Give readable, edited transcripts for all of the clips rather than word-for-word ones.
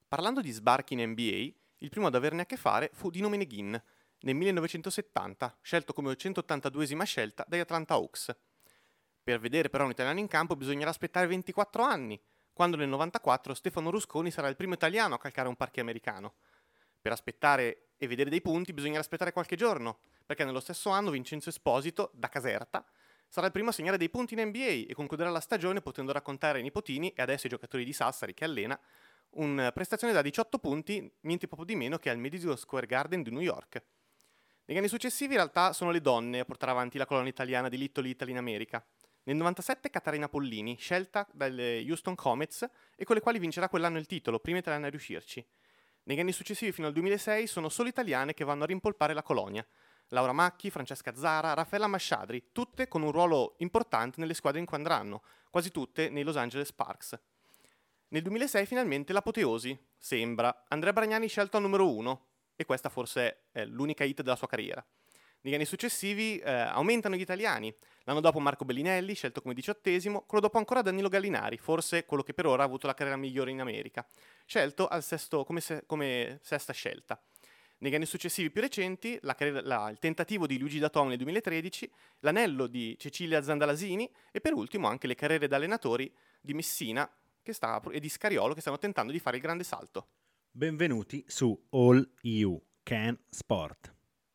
Parlando di sbarchi in NBA, il primo ad averne a che fare fu Dino Meneghin, nel 1970, scelto come 182esima scelta dagli Atlanta Hawks. Per vedere però un italiano in campo bisognerà aspettare 24 anni, quando nel 94 Stefano Rusconi sarà il primo italiano a calcare un parquet americano. Per aspettare e vedere dei punti bisognerà aspettare qualche giorno, perché nello stesso anno Vincenzo Esposito, da Caserta, sarà il primo a segnare dei punti in NBA e concluderà la stagione potendo raccontare ai nipotini e adesso ai giocatori di Sassari che allena una prestazione da 18 punti, niente proprio di meno che al Madison Square Garden di New York. Negli anni successivi in realtà sono le donne a portare avanti la colonna italiana di Little Italy in America. Nel 97 Catarina Pollini, scelta dalle Houston Comets e con le quali vincerà quell'anno il titolo, prima italiana a riuscirci. Negli anni successivi fino al 2006 sono solo italiane che vanno a rimpolpare la colonia. Laura Macchi, Francesca Zara, Raffaella Masciadri, tutte con un ruolo importante nelle squadre in cui andranno, quasi tutte nei Los Angeles Sparks. Nel 2006 finalmente l'apoteosi, sembra, Andrea Bragnani scelto al numero 1, e questa forse è l'unica hit della sua carriera. Negli anni successivi aumentano gli italiani. L'anno dopo Marco Bellinelli, scelto come 18esimo, quello dopo ancora Danilo Gallinari, forse quello che per ora ha avuto la carriera migliore in America, scelto al sesto, come sesta scelta. Negli anni successivi più recenti, il tentativo di Luigi Datome nel 2013, l'anello di Cecilia Zandalasini e per ultimo anche le carriere da allenatori di Messina e di Scariolo che stanno tentando di fare il grande salto. Benvenuti su All You Can Sport.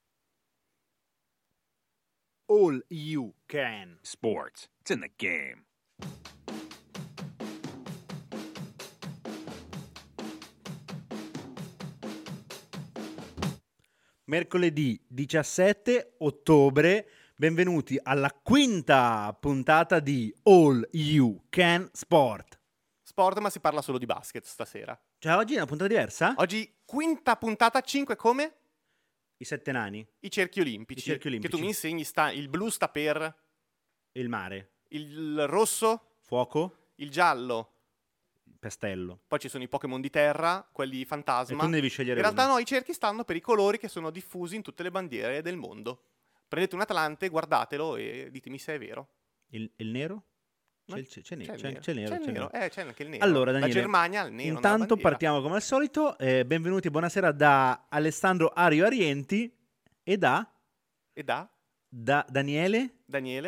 All You Can Sports. It's in the game. Mercoledì 17 ottobre, benvenuti alla quinta puntata di All You Can Sport. Sport, ma si parla solo di basket stasera. Cioè oggi è una puntata diversa? Oggi quinta puntata, 5 come? I 7 nani, I cerchi olimpici. I cerchi olimpici. Che tu mi insegni, il blu sta per il mare, il rosso, fuoco, il giallo. pestello. Poi ci sono i Pokémon di terra, quelli fantasma. E tu ne devi scegliere In realtà uno. no, i cerchi stanno per i colori che sono diffusi in tutte le bandiere del mondo. Prendete un Atlante, guardatelo e ditemi se è vero. Il nero? No? C'è il nero. C'è anche il nero. Allora, la Daniele, Germania ha il nero. intanto partiamo come al solito. Benvenuti e buonasera da Alessandro Ario Arienti e da Daniele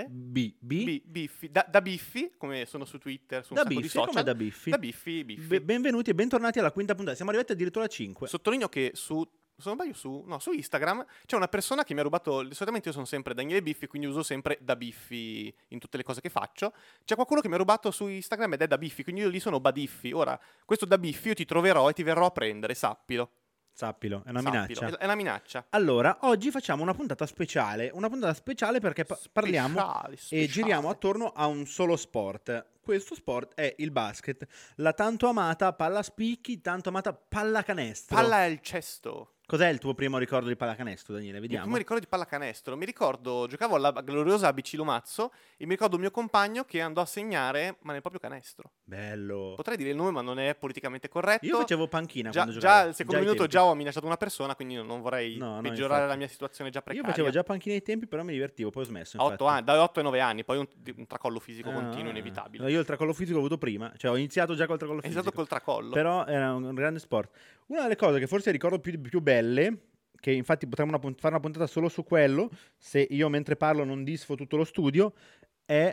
Biffi. Da Biffi, come sono su Twitter, su un da sacco di Biffi, social. come da Biffi. Da Biffi. Benvenuti e bentornati alla quinta puntata. Siamo arrivati addirittura a 5. Sottolineo che su Instagram c'è una persona che mi ha rubato. Solitamente io sono sempre Daniele Biffi, quindi uso sempre Da Biffi in tutte le cose che faccio. C'è qualcuno che mi ha rubato su Instagram ed è Da Biffi, quindi io lì sono Badiffi. Ora, questo Da Biffi io ti troverò e ti verrò a prendere, sappilo. È una minaccia. È una minaccia. Allora, oggi facciamo una puntata speciale. Una puntata speciale perché parliamo e giriamo attorno a un solo sport. Questo sport è il basket. La tanto amata palla spicchi, tanto amata pallacanestro. Palla al cesto. Cos'è il tuo primo ricordo di pallacanestro, Daniele? Vediamo. Il primo ricordo di pallacanestro. Mi ricordo, giocavo alla gloriosa ABC Lumazzo e mi ricordo un mio compagno che andò a segnare, ma nel proprio canestro. Bello. Potrei dire il nome, ma non è politicamente corretto. Io facevo panchina quando già giocavo. al secondo minuto già ho minacciato una persona, quindi non vorrei peggiorare la mia situazione già precaria. Io facevo già panchina ai tempi, però mi divertivo, poi ho smesso. Da 8 ai 9 anni, poi un tracollo fisico continuo inevitabile. Io il tracollo fisico l'ho avuto prima, cioè ho iniziato già col tracollo fisico. È iniziato col tracollo. Però era un grande sport. Una delle cose che forse ricordo più belle, che infatti potremmo fare una puntata solo su quello, se io mentre parlo non disfo tutto lo studio, è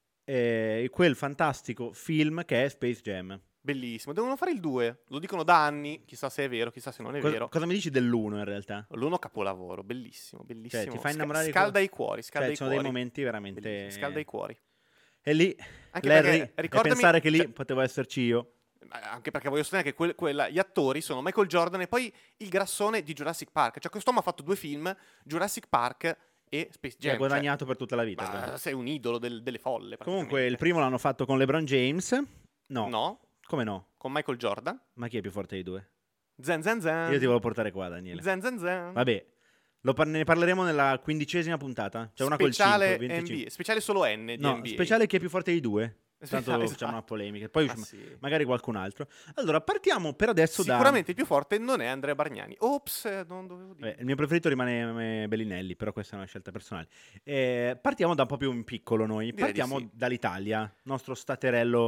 quel fantastico film che è Space Jam. Bellissimo, devono fare il 2, lo dicono da anni, chissà se è vero, chissà se non è vero. Cosa mi dici dell'1 in realtà? L'1 capolavoro, bellissimo. Cioè, ti fa innamorare scalda i cuori, ci sono dei momenti veramente bellissimo, scalda i cuori. E lì anche Larry, e pensare che lì potevo esserci io. Anche perché voglio sostenere che gli attori sono Michael Jordan e poi il grassone di Jurassic Park. Cioè quest'uomo ha fatto 2 film, Jurassic Park e Space Jam. Ha guadagnato per tutta la vita. Ma sei un idolo delle folle. Comunque il primo l'hanno fatto con LeBron James. No. Come no? Con Michael Jordan. Ma chi è più forte dei due? Zen. Io ti volevo portare qua, Daniele. Zen. Vabbè, ne parleremo nella 15ª puntata. C'è una speciale col 5, 25. Speciale solo N di NBA. Speciale chi è più forte dei due. Tanto esatto. facciamo una polemica. Poi magari qualcun altro. Allora, partiamo per adesso Sicuramente il più forte non è Andrea Bargnani. Ops, non dovevo dire. Il mio preferito rimane Bellinelli, però questa è una scelta personale. Partiamo da un po' più in piccolo noi. Partiamo dall'Italia, nostro staterello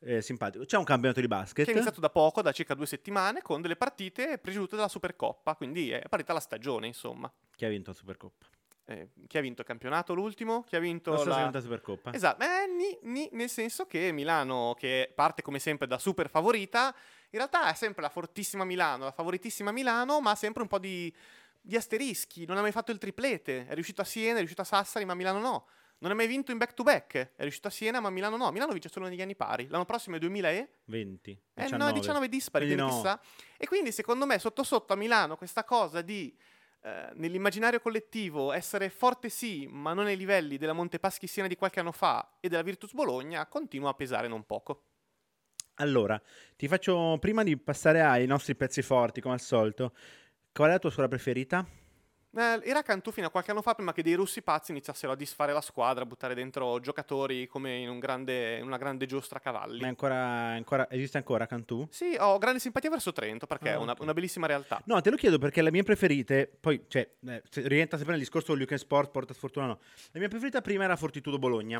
simpatico. C'è un campionato di basket. Che è iniziato da poco, da circa 2 settimane, con delle partite precedute dalla Supercoppa, quindi è partita la stagione, insomma. Chi ha vinto la Supercoppa? Chi ha vinto il campionato l'ultimo? Chi ha vinto La seconda Supercoppa? Esatto, nel senso che Milano, che parte come sempre da super favorita, in realtà è sempre la fortissima Milano, la favoritissima Milano, ma ha sempre un po' di asterischi. Non ha mai fatto il triplete, è riuscito a Siena, è riuscito a Sassari, ma a Milano no. Non ha mai vinto in back-to-back, è riuscito a Siena, ma a Milano no. Milano vince solo negli anni pari. L'anno prossimo è 2020. 19. 19 dispari, quindi chissà. E quindi secondo me sotto sotto a Milano questa cosa di nell'immaginario collettivo essere forte sì, ma non ai livelli della Montepaschi Siena di qualche anno fa e della Virtus Bologna continua a pesare non poco. Allora, ti faccio, prima di passare ai nostri pezzi forti, come al solito, qual è la tua squadra preferita? Era Cantù fino a qualche anno fa, prima che dei russi pazzi iniziassero a disfare la squadra, a buttare dentro giocatori come in una grande giostra a cavalli. Ma esiste ancora Cantù? Sì, ho grande simpatia verso Trento perché è ok. una bellissima realtà. No, te lo chiedo perché le mie preferite, poi, rientra sempre nel discorso All You Can Sport, porta sfortuna no. La mia preferita prima era Fortitudo Bologna.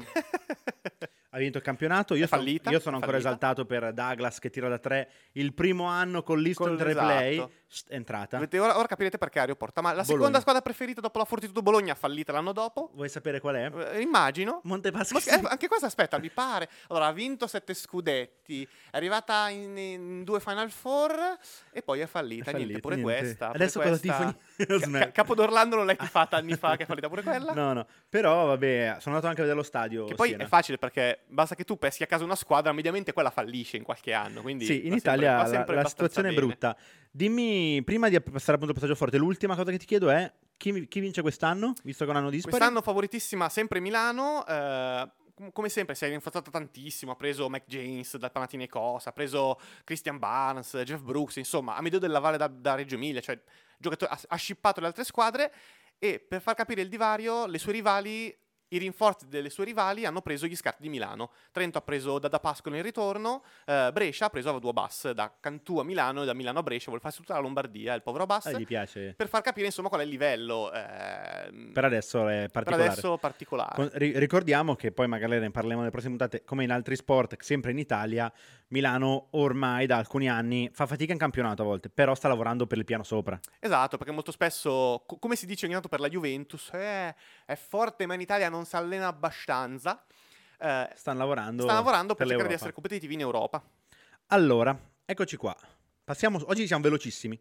Ha vinto il campionato, io sono ancora esaltato per Douglas che tira da 3 il primo anno con l'Easton Replay, è entrata. Ora capirete perché Ario porta, ma la seconda squadra preferita dopo la Fortitudo Bologna fallita l'anno dopo? Vuoi sapere qual è? Immagino. Montepaschi. Anche questa, aspetta, mi pare. Allora, ha vinto 7 scudetti, è arrivata in 2 Final Four e poi è fallita. Niente, pure questa. Adesso cosa tifo? Capodorlando non l'hai tifata anni fa che è fallita pure quella? No, però vabbè, sono andato anche a vedere lo stadio. Che poi Siena. è facile perché basta che tu peschi a casa una squadra, mediamente quella fallisce in qualche anno. Quindi sì, in Italia la situazione è brutta. Dimmi, prima di passare appunto al passaggio forte, l'ultima cosa che ti chiedo è chi vince quest'anno, visto che è un anno dispari? Quest'anno favoritissima sempre Milano, come sempre si è rinforzata tantissimo, ha preso Mike James dal Panathinaikos, ha preso Christian Barnes, Jeff Brooks, insomma, Amedeo della Valle da Reggio Emilia, cioè ha shippato le altre squadre e per far capire il divario, i rinforzi delle sue rivali hanno preso gli scarti di Milano. Trento ha preso da Pascolo in ritorno, Brescia ha preso Avadua Bus, da Cantù a Milano e da Milano a Brescia, vuole farsi tutta la Lombardia, il povero Bus. Gli piace. Per far capire insomma qual è il livello. Per adesso è particolare. Ricordiamo che poi magari ne parleremo nelle prossime puntate, come in altri sport, sempre in Italia, Milano ormai da alcuni anni fa fatica in campionato a volte, però sta lavorando per il piano sopra. Esatto, perché molto spesso, come si dice ogni tanto per la Juventus, è forte ma in Italia non si allena abbastanza. Stanno lavorando per cercare di essere competitivi in Europa. Allora, eccoci qua. Oggi siamo velocissimi.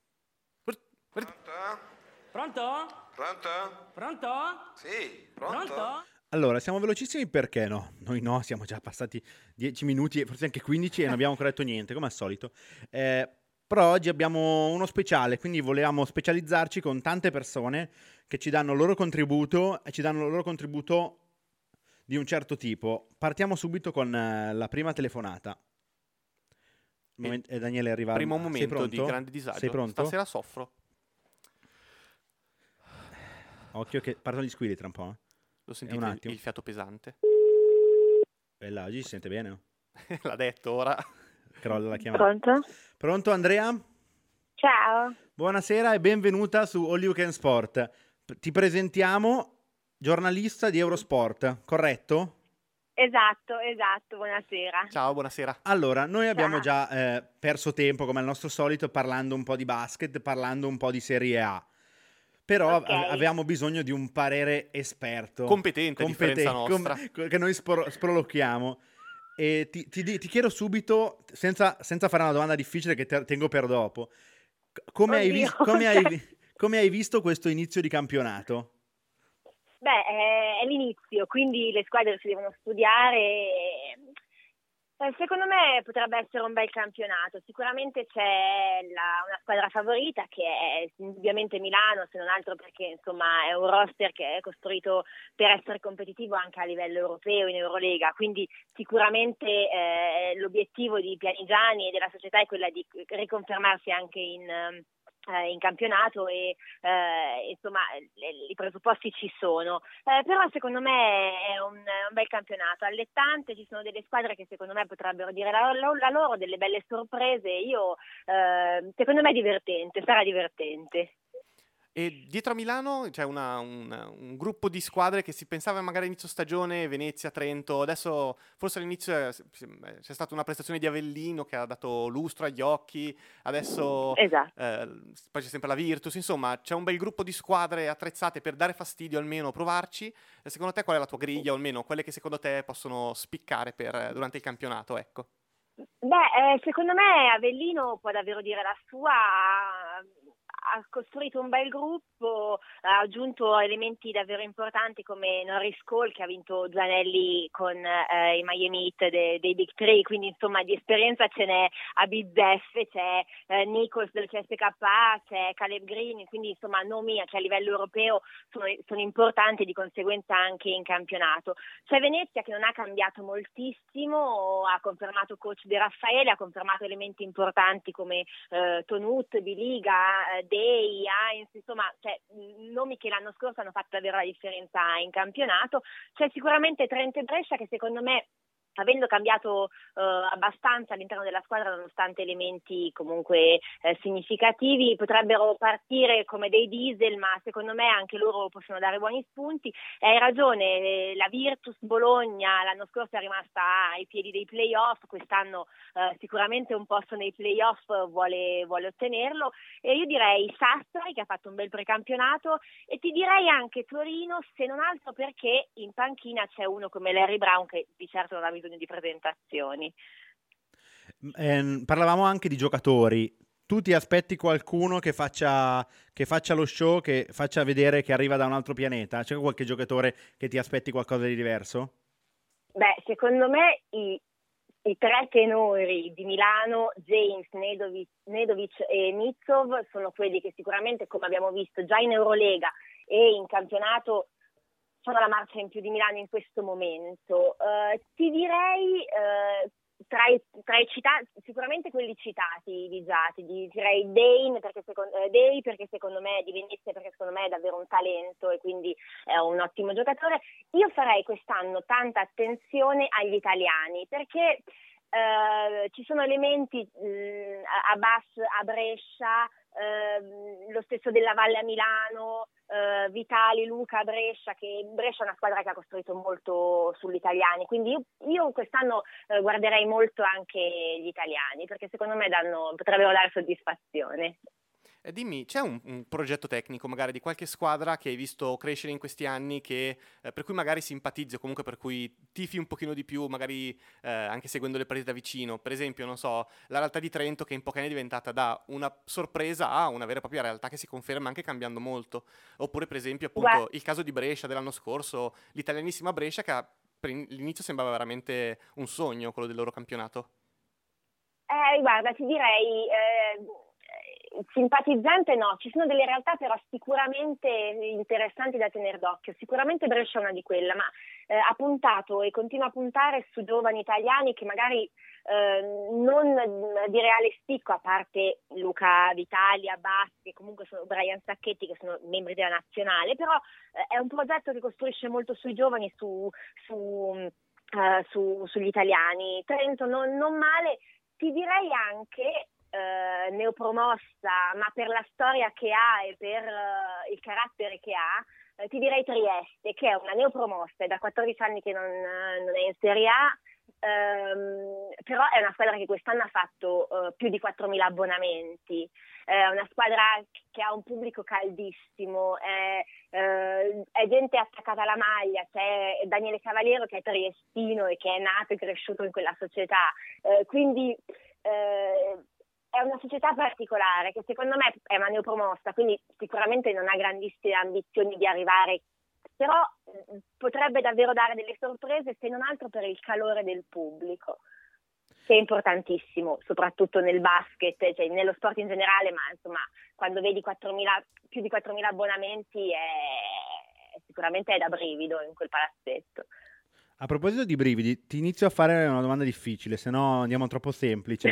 Pronto? Pronto? Sì, pronto? Allora, siamo velocissimi perché no? Noi no, siamo già passati 10 minuti, forse anche 15 e non abbiamo ancora detto niente, come al solito. Però oggi abbiamo uno speciale, quindi volevamo specializzarci con tante persone che ci danno il loro contributo e ci danno il loro contributo di un certo tipo. Partiamo subito con la prima telefonata. Daniele arriva. Primo momento di grande disagio. Sei pronto? Stasera soffro. Occhio che partono gli squilli tra un po'. Lo sentite il fiato pesante? Bella, oggi si sente bene. Oh? L'ha detto ora. Crolla la chiamata. Pronto Andrea? Ciao. Buonasera e benvenuta su All You Can Sport. Ti presentiamo giornalista di Eurosport, corretto? Esatto, buonasera. Ciao, buonasera. Allora, noi abbiamo già perso tempo, come al nostro solito, parlando un po' di basket, parlando un po' di Serie A. Però avevamo bisogno di un parere esperto. Competente, a differenza nostra. Che noi sprolochiamo. E ti chiedo subito, senza fare una domanda difficile che tengo per dopo, come hai visto questo inizio di campionato? Beh, è l'inizio, quindi le squadre si devono studiare. Secondo me potrebbe essere un bel campionato. Sicuramente c'è una squadra favorita che è indubbiamente Milano, se non altro perché insomma è un roster che è costruito per essere competitivo anche a livello europeo in Eurolega, quindi sicuramente l'obiettivo di Pianigiani e della società è quella di riconfermarsi anche in campionato e insomma i presupposti ci sono, però secondo me è un bel campionato allettante, ci sono delle squadre che secondo me potrebbero dire la loro, delle belle sorprese. Secondo me è divertente, sarà divertente. E dietro a Milano c'è un gruppo di squadre che si pensava magari inizio stagione, Venezia, Trento, adesso forse all'inizio c'è stata una prestazione di Avellino che ha dato lustro agli occhi, adesso Esatto. poi c'è sempre la Virtus, insomma c'è un bel gruppo di squadre attrezzate per dare fastidio almeno, provarci. Secondo te qual è la tua griglia, o almeno quelle che secondo te possono spiccare durante il campionato, ecco? Beh, secondo me Avellino può davvero dire la sua, ha costruito un bel gruppo, ha aggiunto elementi davvero importanti come Norris Cole che ha vinto 2 anelli con i Miami Heat dei Big Three, quindi insomma di esperienza ce n'è a bizzeffe, c'è Nichols del CSKA, c'è Caleb Green, quindi insomma nomi che a livello europeo sono importanti, di conseguenza anche in campionato. C'è Venezia che non ha cambiato moltissimo, ha confermato coach De Raffaele, ha confermato elementi importanti come Tonut, Biliga, Day, Heinz, insomma, cioè, nomi che l'anno scorso hanno fatto davvero la differenza in campionato. C'è sicuramente Trento e Brescia che secondo me, avendo cambiato abbastanza all'interno della squadra nonostante elementi comunque significativi, potrebbero partire come dei diesel, ma secondo me anche loro possono dare buoni spunti. Hai ragione, la Virtus Bologna l'anno scorso è rimasta ai piedi dei playoff, quest'anno sicuramente un posto nei playoff vuole ottenerlo, e io direi Sassari che ha fatto un bel precampionato, e ti direi anche Torino, se non altro perché in panchina c'è uno come Larry Brown che di certo non ha bisogno di presentazioni. Parlavamo anche di giocatori. Tu ti aspetti qualcuno che faccia lo show, che faccia vedere che arriva da un altro pianeta? C'è qualche giocatore che ti aspetti qualcosa di diverso? Beh, secondo me i 3 tenori di Milano, James, Nedovic e Mitsov, sono quelli che sicuramente, come abbiamo visto già in Eurolega e in campionato, sono la marcia in più di Milano in questo momento. Ti direi tra i citati, sicuramente quelli citati, direi Day perché secondo me di Venezia, perché secondo me è davvero un talento e quindi è un ottimo giocatore. Io farei quest'anno tanta attenzione agli italiani perché ci sono elementi a Brescia, lo stesso della Valle a Milano, Vitali, Luca a Brescia, che Brescia è una squadra che ha costruito molto sugli italiani, quindi io quest'anno guarderei molto anche gli italiani perché secondo me potrebbero dare soddisfazione. Dimmi, c'è un progetto tecnico magari di qualche squadra che hai visto crescere in questi anni per cui magari simpatizzi o comunque per cui tifi un pochino di più, magari anche seguendo le partite da vicino? Per esempio, non so, la realtà di Trento che in pochi anni è diventata da una sorpresa a una vera e propria realtà che si conferma anche cambiando molto. Oppure per esempio appunto il caso di Brescia dell'anno scorso, l'italianissima Brescia che per l'inizio sembrava veramente un sogno quello del loro campionato. Guarda, ti direi simpatizzante no, ci sono delle realtà però sicuramente interessanti da tenere d'occhio. Sicuramente Brescia è una di quelle, ma ha puntato e continua a puntare su giovani italiani che magari non di reale spicco, a parte Luca Vitali, Abbas, che comunque sono Brian Sacchetti, che sono membri della nazionale, però è un progetto che costruisce molto sui giovani, sugli italiani. Trento non male, ti direi anche neopromossa, ma per la storia che ha e per il carattere che ha, ti direi Trieste, che è una neopromossa, è da 14 anni che non è in Serie A, però è una squadra che quest'anno ha fatto più di 4.000 abbonamenti, è una squadra che ha un pubblico caldissimo, è gente attaccata alla maglia, c'è Daniele Cavaliero che è triestino e che è nato e cresciuto in quella società, quindi è una società particolare che secondo me è una neopromossa, quindi sicuramente non ha grandissime ambizioni di arrivare, però potrebbe davvero dare delle sorprese, se non altro per il calore del pubblico, che è importantissimo, soprattutto nel basket, cioè nello sport in generale, ma insomma quando vedi più di 4.000 abbonamenti sicuramente è da brivido in quel palazzetto. A proposito di brividi, ti inizio a fare una domanda difficile, se no andiamo troppo semplice.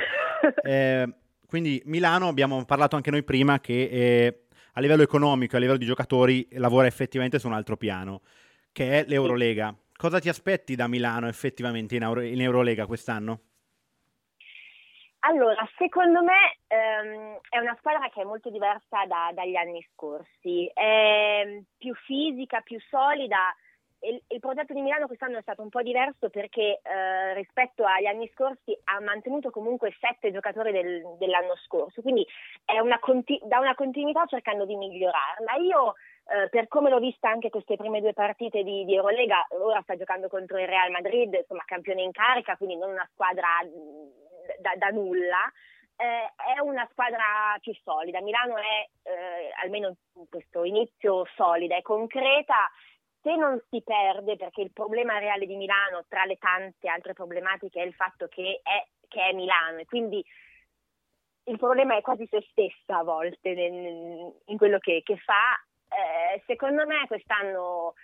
Quindi Milano, abbiamo parlato anche noi prima che a livello economico e a livello di giocatori lavora effettivamente su un altro piano, che è l'Eurolega. Cosa ti aspetti da Milano effettivamente in Eurolega quest'anno? Allora, secondo me è una squadra che è molto diversa dagli anni scorsi, è più fisica, più solida. Il progetto di Milano quest'anno è stato un po' diverso perché rispetto agli anni scorsi ha mantenuto comunque 7 giocatori dell'anno scorso, quindi è da una continuità cercando di migliorarla. Io per come l'ho vista anche queste prime 2 partite di Eurolega, ora sta giocando contro il Real Madrid, insomma campione in carica, quindi non una squadra da nulla. È una squadra più solida. Milano è, almeno in questo inizio, solida e concreta. Se non si perde, perché il problema reale di Milano, tra le tante altre problematiche, è il fatto che è Milano, e quindi il problema è quasi se stessa a volte in quello che fa. Secondo me quest'anno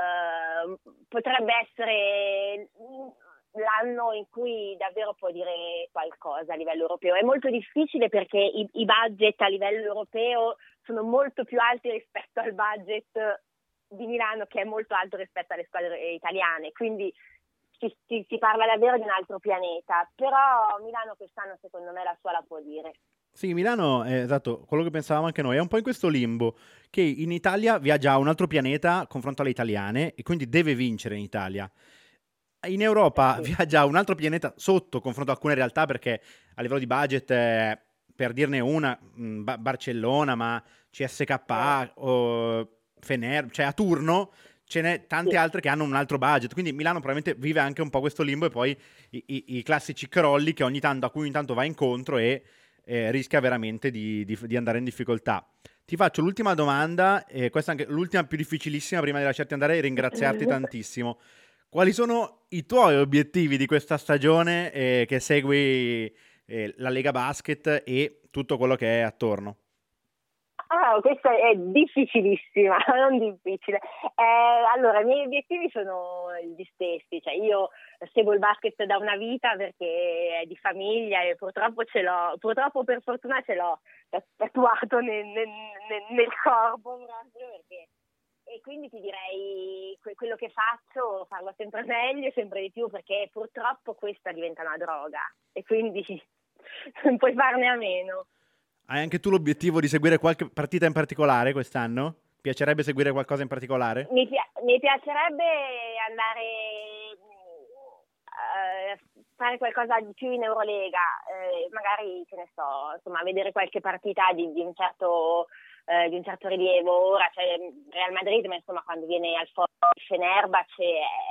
potrebbe essere l'anno in cui davvero può dire qualcosa a livello europeo. È molto difficile perché i budget a livello europeo sono molto più alti rispetto al budget di Milano, che è molto alto rispetto alle squadre italiane, quindi si parla davvero di un altro pianeta. Però Milano quest'anno secondo me la sua la può dire. Sì, Milano è esatto, quello che pensavamo anche noi, è un po' in questo limbo, che in Italia viaggia a un altro pianeta confronto alle italiane e quindi deve vincere in Italia. In Europa viaggia a un altro pianeta sotto confronto a alcune realtà, perché a livello di budget, per dirne una, Barcellona, ma CSKA o Fener, cioè a turno ce n'è tante altre che hanno un altro budget, quindi Milano probabilmente vive anche un po' questo limbo, e poi i classici crolli che a cui ogni tanto va incontro e rischia veramente di andare in difficoltà. Ti faccio l'ultima domanda, questa è anche l'ultima più difficilissima prima di lasciarti andare e ringraziarti tantissimo. Quali sono i tuoi obiettivi di questa stagione che segui la Lega Basket e tutto quello che è attorno? Questa è difficilissima, non difficile. Allora, i miei obiettivi sono gli stessi, cioè io seguo il basket da una vita perché è di famiglia e purtroppo per fortuna ce l'ho tatuato nel corpo proprio, perché. E quindi ti direi quello che faccio, farlo sempre meglio, sempre di più, perché purtroppo questa diventa una droga e quindi non puoi farne a meno. Hai anche tu l'obiettivo di seguire qualche partita in particolare quest'anno? Piacerebbe seguire qualcosa in particolare? Mi piacerebbe andare a fare qualcosa di più in Eurolega, magari, che ne so, insomma, vedere qualche partita di un certo rilievo. Ora c'è Real Madrid, ma insomma quando viene al Fenerbahce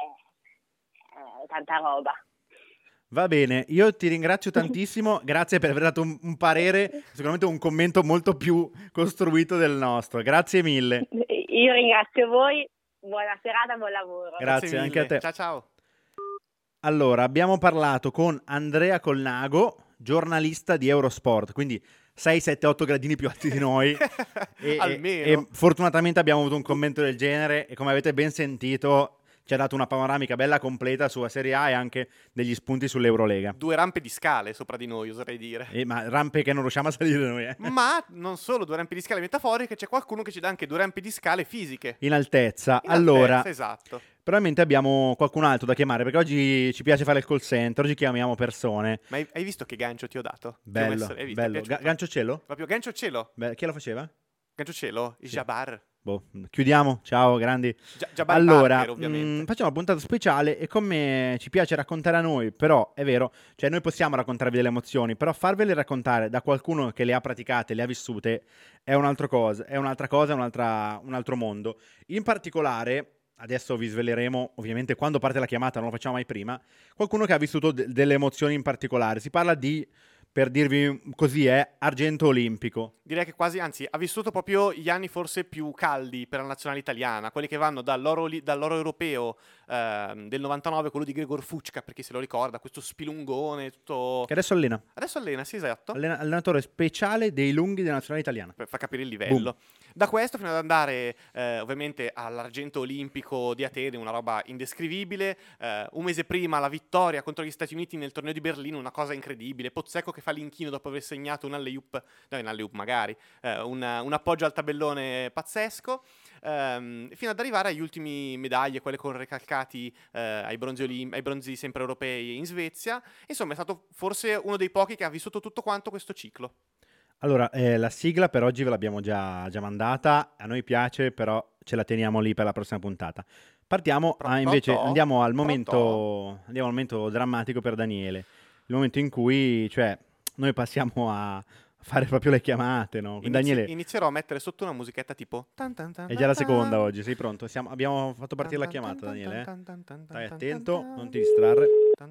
è tanta roba. Va bene, io ti ringrazio tantissimo, grazie per aver dato un parere, sicuramente un commento molto più costruito del nostro, grazie mille. Io ringrazio voi, buona serata, buon lavoro. Grazie anche a te. Ciao. Allora, abbiamo parlato con Andrea Colnago, giornalista di Eurosport, quindi 6, 7, 8 gradini più alti di noi. Almeno. E fortunatamente abbiamo avuto un commento del genere e, come avete ben sentito, ci ha dato una panoramica bella completa sulla Serie A e anche degli spunti sull'Eurolega. 2 rampe di scale sopra di noi, oserei dire. Ma rampe che non riusciamo a salire noi. Ma non solo 2 rampe di scale metaforiche, c'è qualcuno che ci dà anche 2 rampe di scale fisiche. In altezza. In allora, altezza, esatto. Probabilmente abbiamo qualcun altro da chiamare, perché oggi ci piace fare il call center, oggi chiamiamo persone. Ma hai visto che gancio ti ho dato? Bello, Hai visto? bello. Gancio cielo? Proprio gancio cielo? Chi lo faceva? Gancio cielo? Il Sì. Jabbar. Boh, chiudiamo, ciao grandi. Jabbar Allora, Parker, ovviamente. facciamo una puntata speciale e come ci piace raccontare a noi, però è vero, cioè noi possiamo raccontarvi delle emozioni, però farvele raccontare da qualcuno che le ha praticate, le ha vissute, è un'altra cosa, è un altro mondo. In particolare, adesso vi sveleremo, ovviamente quando parte la chiamata, non lo facciamo mai prima, qualcuno che ha vissuto delle emozioni in particolare. Si parla di, per dirvi così, argento olimpico. Direi che quasi, anzi, ha vissuto proprio gli anni forse più caldi per la nazionale italiana, quelli che vanno dall'oro europeo del 99, quello di Gregor Fucca, per chi se lo ricorda, questo spilungone, tutto. Che adesso allena. Adesso allena, sì, esatto. Allenatore speciale dei lunghi della nazionale italiana. Per far capire il livello. Boom. Da questo fino ad andare ovviamente all'argento olimpico di Atene, una roba indescrivibile. Un mese prima la vittoria contro gli Stati Uniti nel torneo di Berlino, una cosa incredibile. Pozzecco che fa l'inchino dopo aver segnato un alley-oop, no, un alley-oop magari, magari, un appoggio al tabellone pazzesco, fino ad arrivare agli ultimi medaglie, quelle con recalcati ai bronzi sempre europei in Svezia. Insomma, è stato forse uno dei pochi che ha vissuto tutto quanto questo ciclo. Allora, la sigla per oggi ve l'abbiamo già mandata, a noi piace, però ce la teniamo lì per la prossima puntata. Partiamo, invece andiamo al momento drammatico per Daniele, il momento in cui, cioè, noi passiamo a fare proprio le chiamate, no? Daniele, inizierò a mettere sotto una musichetta tipo è già la seconda oggi, sei pronto? Abbiamo fatto partire la chiamata, Daniele? Stai attento, non ti distrarre.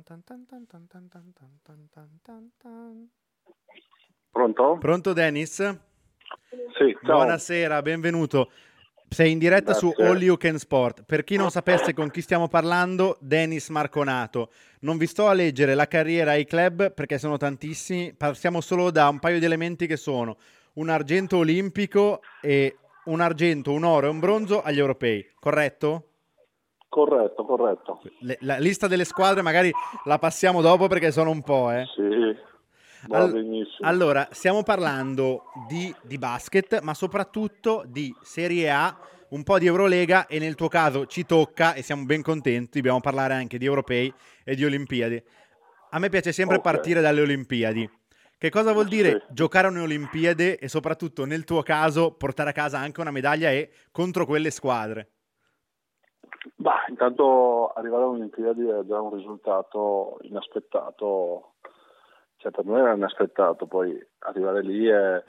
Pronto? Pronto, Dennis? Sì, ciao. Buonasera, benvenuto. Sei in diretta su All You Can Sport. Per chi non sapesse con chi stiamo parlando, Dennis Marconato. Non vi sto a leggere la carriera ai club perché sono tantissimi. Passiamo solo da un paio di elementi che sono un argento olimpico e un argento, un oro e un bronzo agli europei. Corretto? Corretto. La lista delle squadre magari la passiamo dopo perché sono un po', Sì, va benissimo. Allora, stiamo parlando di basket, ma soprattutto di Serie A, un po' di Eurolega e nel tuo caso ci tocca e siamo ben contenti, dobbiamo parlare anche di europei e di Olimpiadi. A me piace sempre partire dalle Olimpiadi. Che cosa vuol dire giocare a un'Olimpiade e soprattutto nel tuo caso portare a casa anche una medaglia e contro quelle squadre? Bah, intanto arrivare all'Olimpiadi è già un risultato inaspettato. Cioè, per noi era inaspettato, poi arrivare lì è,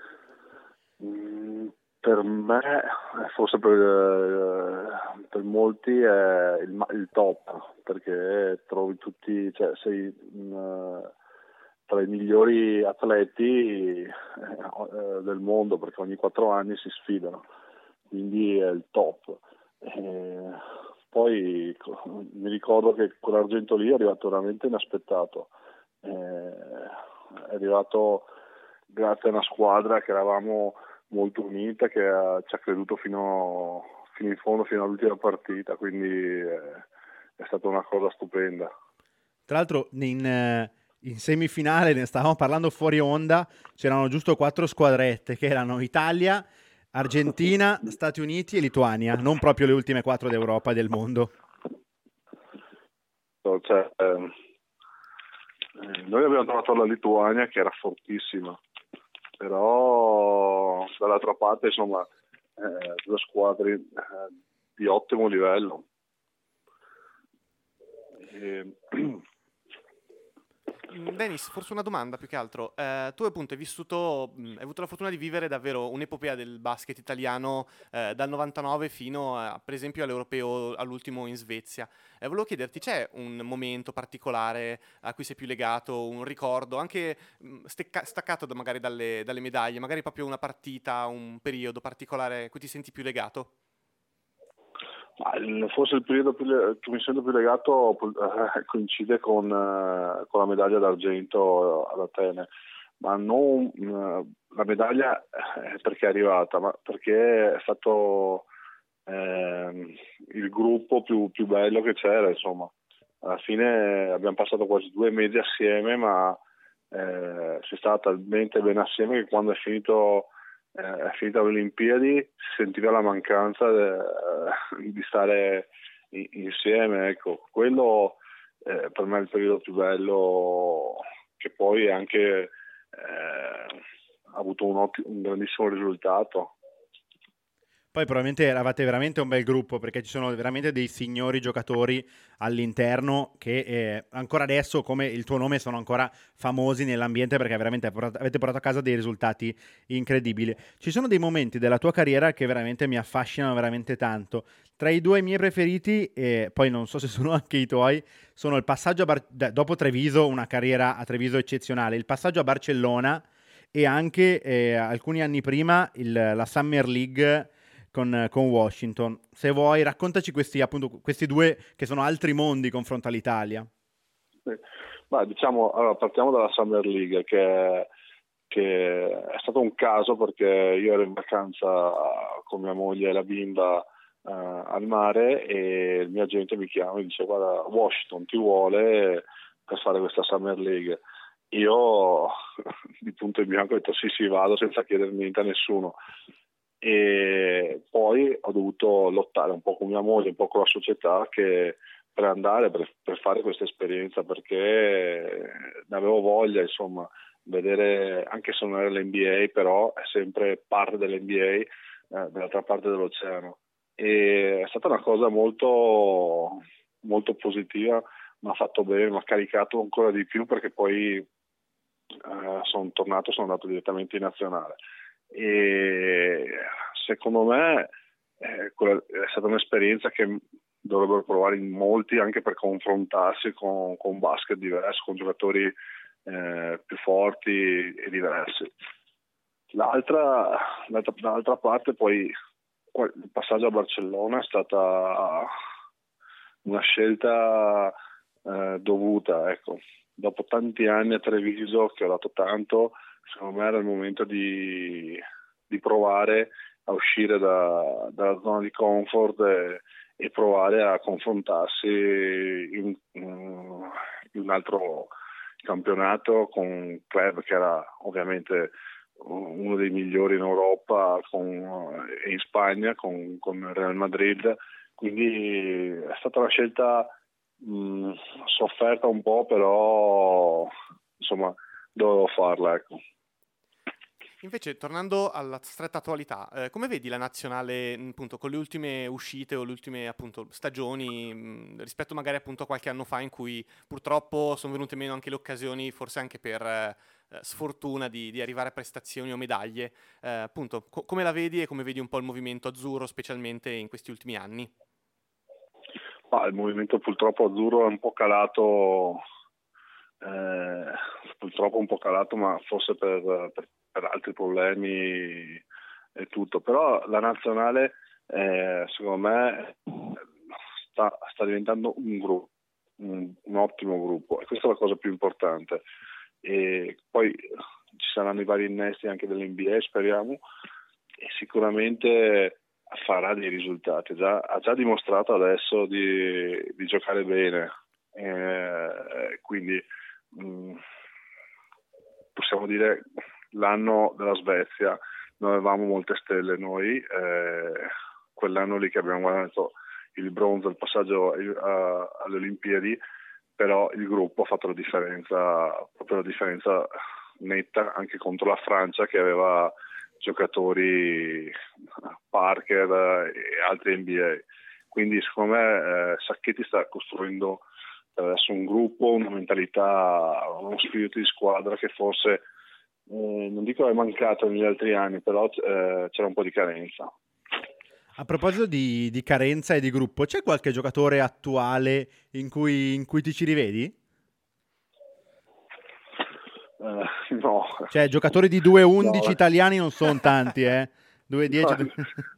per me, forse per molti è il top, perché trovi tutti, cioè sei tra i migliori atleti del mondo, perché ogni 4 anni si sfidano, quindi è il top. Poi mi ricordo che quell'argento lì è arrivato veramente inaspettato. È arrivato grazie a una squadra che eravamo molto unita, che ci ha creduto fino in fondo, fino all'ultima partita, quindi è stata una cosa stupenda. Tra l'altro in semifinale, ne stavamo parlando fuori onda, c'erano giusto 4 squadrette che erano Italia, Argentina, Stati Uniti e Lituania, non proprio le ultime 4 d'Europa e del mondo. Cioè, noi abbiamo trovato la Lituania che era fortissima, però dall'altra parte insomma 2 squadre di ottimo livello. Dennis, forse una domanda più che altro. Tu appunto hai avuto la fortuna di vivere davvero un'epopea del basket italiano dal 99 fino per esempio all'Europeo, all'ultimo in Svezia. Volevo chiederti, c'è un momento particolare a cui sei più legato, un ricordo, anche staccato magari dalle medaglie, magari proprio una partita, un periodo particolare a cui ti senti più legato? Forse il periodo che mi sento più legato coincide con la medaglia d'argento ad Atene, ma non la medaglia perché è arrivata, ma perché è stato il gruppo più bello che c'era, insomma. Alla fine abbiamo passato quasi 2 mesi assieme, ma si è stata talmente bene assieme che quando è finita le Olimpiadi si sentiva la mancanza di stare insieme, ecco. Quello per me è il periodo più bello, che poi anche ha avuto un grandissimo risultato. Poi probabilmente eravate veramente un bel gruppo, perché ci sono veramente dei signori giocatori all'interno che ancora adesso, come il tuo nome, sono ancora famosi nell'ambiente, perché veramente avete portato a casa dei risultati incredibili. Ci sono dei momenti della tua carriera che veramente mi affascinano veramente tanto. Tra i 2 miei preferiti, e poi non so se sono anche i tuoi, sono il passaggio dopo Treviso, una carriera a Treviso eccezionale, il passaggio a Barcellona e anche alcuni anni prima la Summer League con Washington. Se vuoi, raccontaci questi 2 che sono altri mondi confronto all'Italia. Diciamo, allora, partiamo dalla Summer League, che è stato un caso, perché io ero in vacanza con mia moglie e la bimba al mare, e il mio agente mi chiama e dice: guarda, Washington ti vuole per fare questa Summer League. Io di punto in bianco ho detto sì vado senza chiedere niente a nessuno. E poi ho dovuto lottare un po' con mia moglie, un po' con la società per andare, per fare questa esperienza, perché ne avevo voglia, insomma, vedere, anche se non era l'NBA, però è sempre parte dell'NBA, dall'altra parte dell'oceano. E è stata una cosa molto, molto positiva, mi ha fatto bene, mi ha caricato ancora di più, perché poi sono andato direttamente in nazionale. E secondo me è stata un'esperienza che dovrebbero provare in molti, anche per confrontarsi con basket diversi, con giocatori più forti e diversi. Dall'altra parte poi il passaggio a Barcellona è stata una scelta dovuta, ecco. Dopo tanti anni a Treviso che ho dato tanto, secondo me era il momento di provare a uscire dalla zona di comfort e provare a confrontarsi in un altro campionato con un club che era ovviamente uno dei migliori in Europa e in Spagna con il Real Madrid. Quindi è stata una scelta sofferta un po', però insomma dovevo farla, ecco. Invece, tornando alla stretta attualità, come vedi la nazionale, appunto, con le ultime uscite o le ultime, appunto, stagioni, rispetto magari, appunto, a qualche anno fa in cui purtroppo sono venute meno anche le occasioni, forse anche per sfortuna di arrivare a prestazioni o medaglie, appunto, come la vedi e come vedi un po' il movimento azzurro, specialmente in questi ultimi anni? Il movimento purtroppo azzurro è un po' calato, ma forse per altri problemi e tutto. Però la nazionale secondo me sta diventando un gruppo, un ottimo gruppo, e questa è la cosa più importante. E poi ci saranno i vari innesti anche dell'NBA, speriamo, e sicuramente farà dei risultati. Ha già dimostrato adesso di giocare bene, quindi possiamo dire l'anno della Svezia non avevamo molte stelle noi, quell'anno lì che abbiamo guadagnato il bronzo al passaggio alle Olimpiadi, però il gruppo ha fatto proprio la differenza netta, anche contro la Francia che aveva giocatori Parker e altri NBA. Quindi secondo me Sacchetti sta costruendo adesso un gruppo, una mentalità, uno spirito di squadra che forse non dico è mancato negli altri anni, però c'era un po' di carenza. A proposito di carenza e di gruppo, c'è qualche giocatore attuale in cui ti ci rivedi? No. Cioè, giocatori di 2-11 No. italiani non sono tanti, 2-10.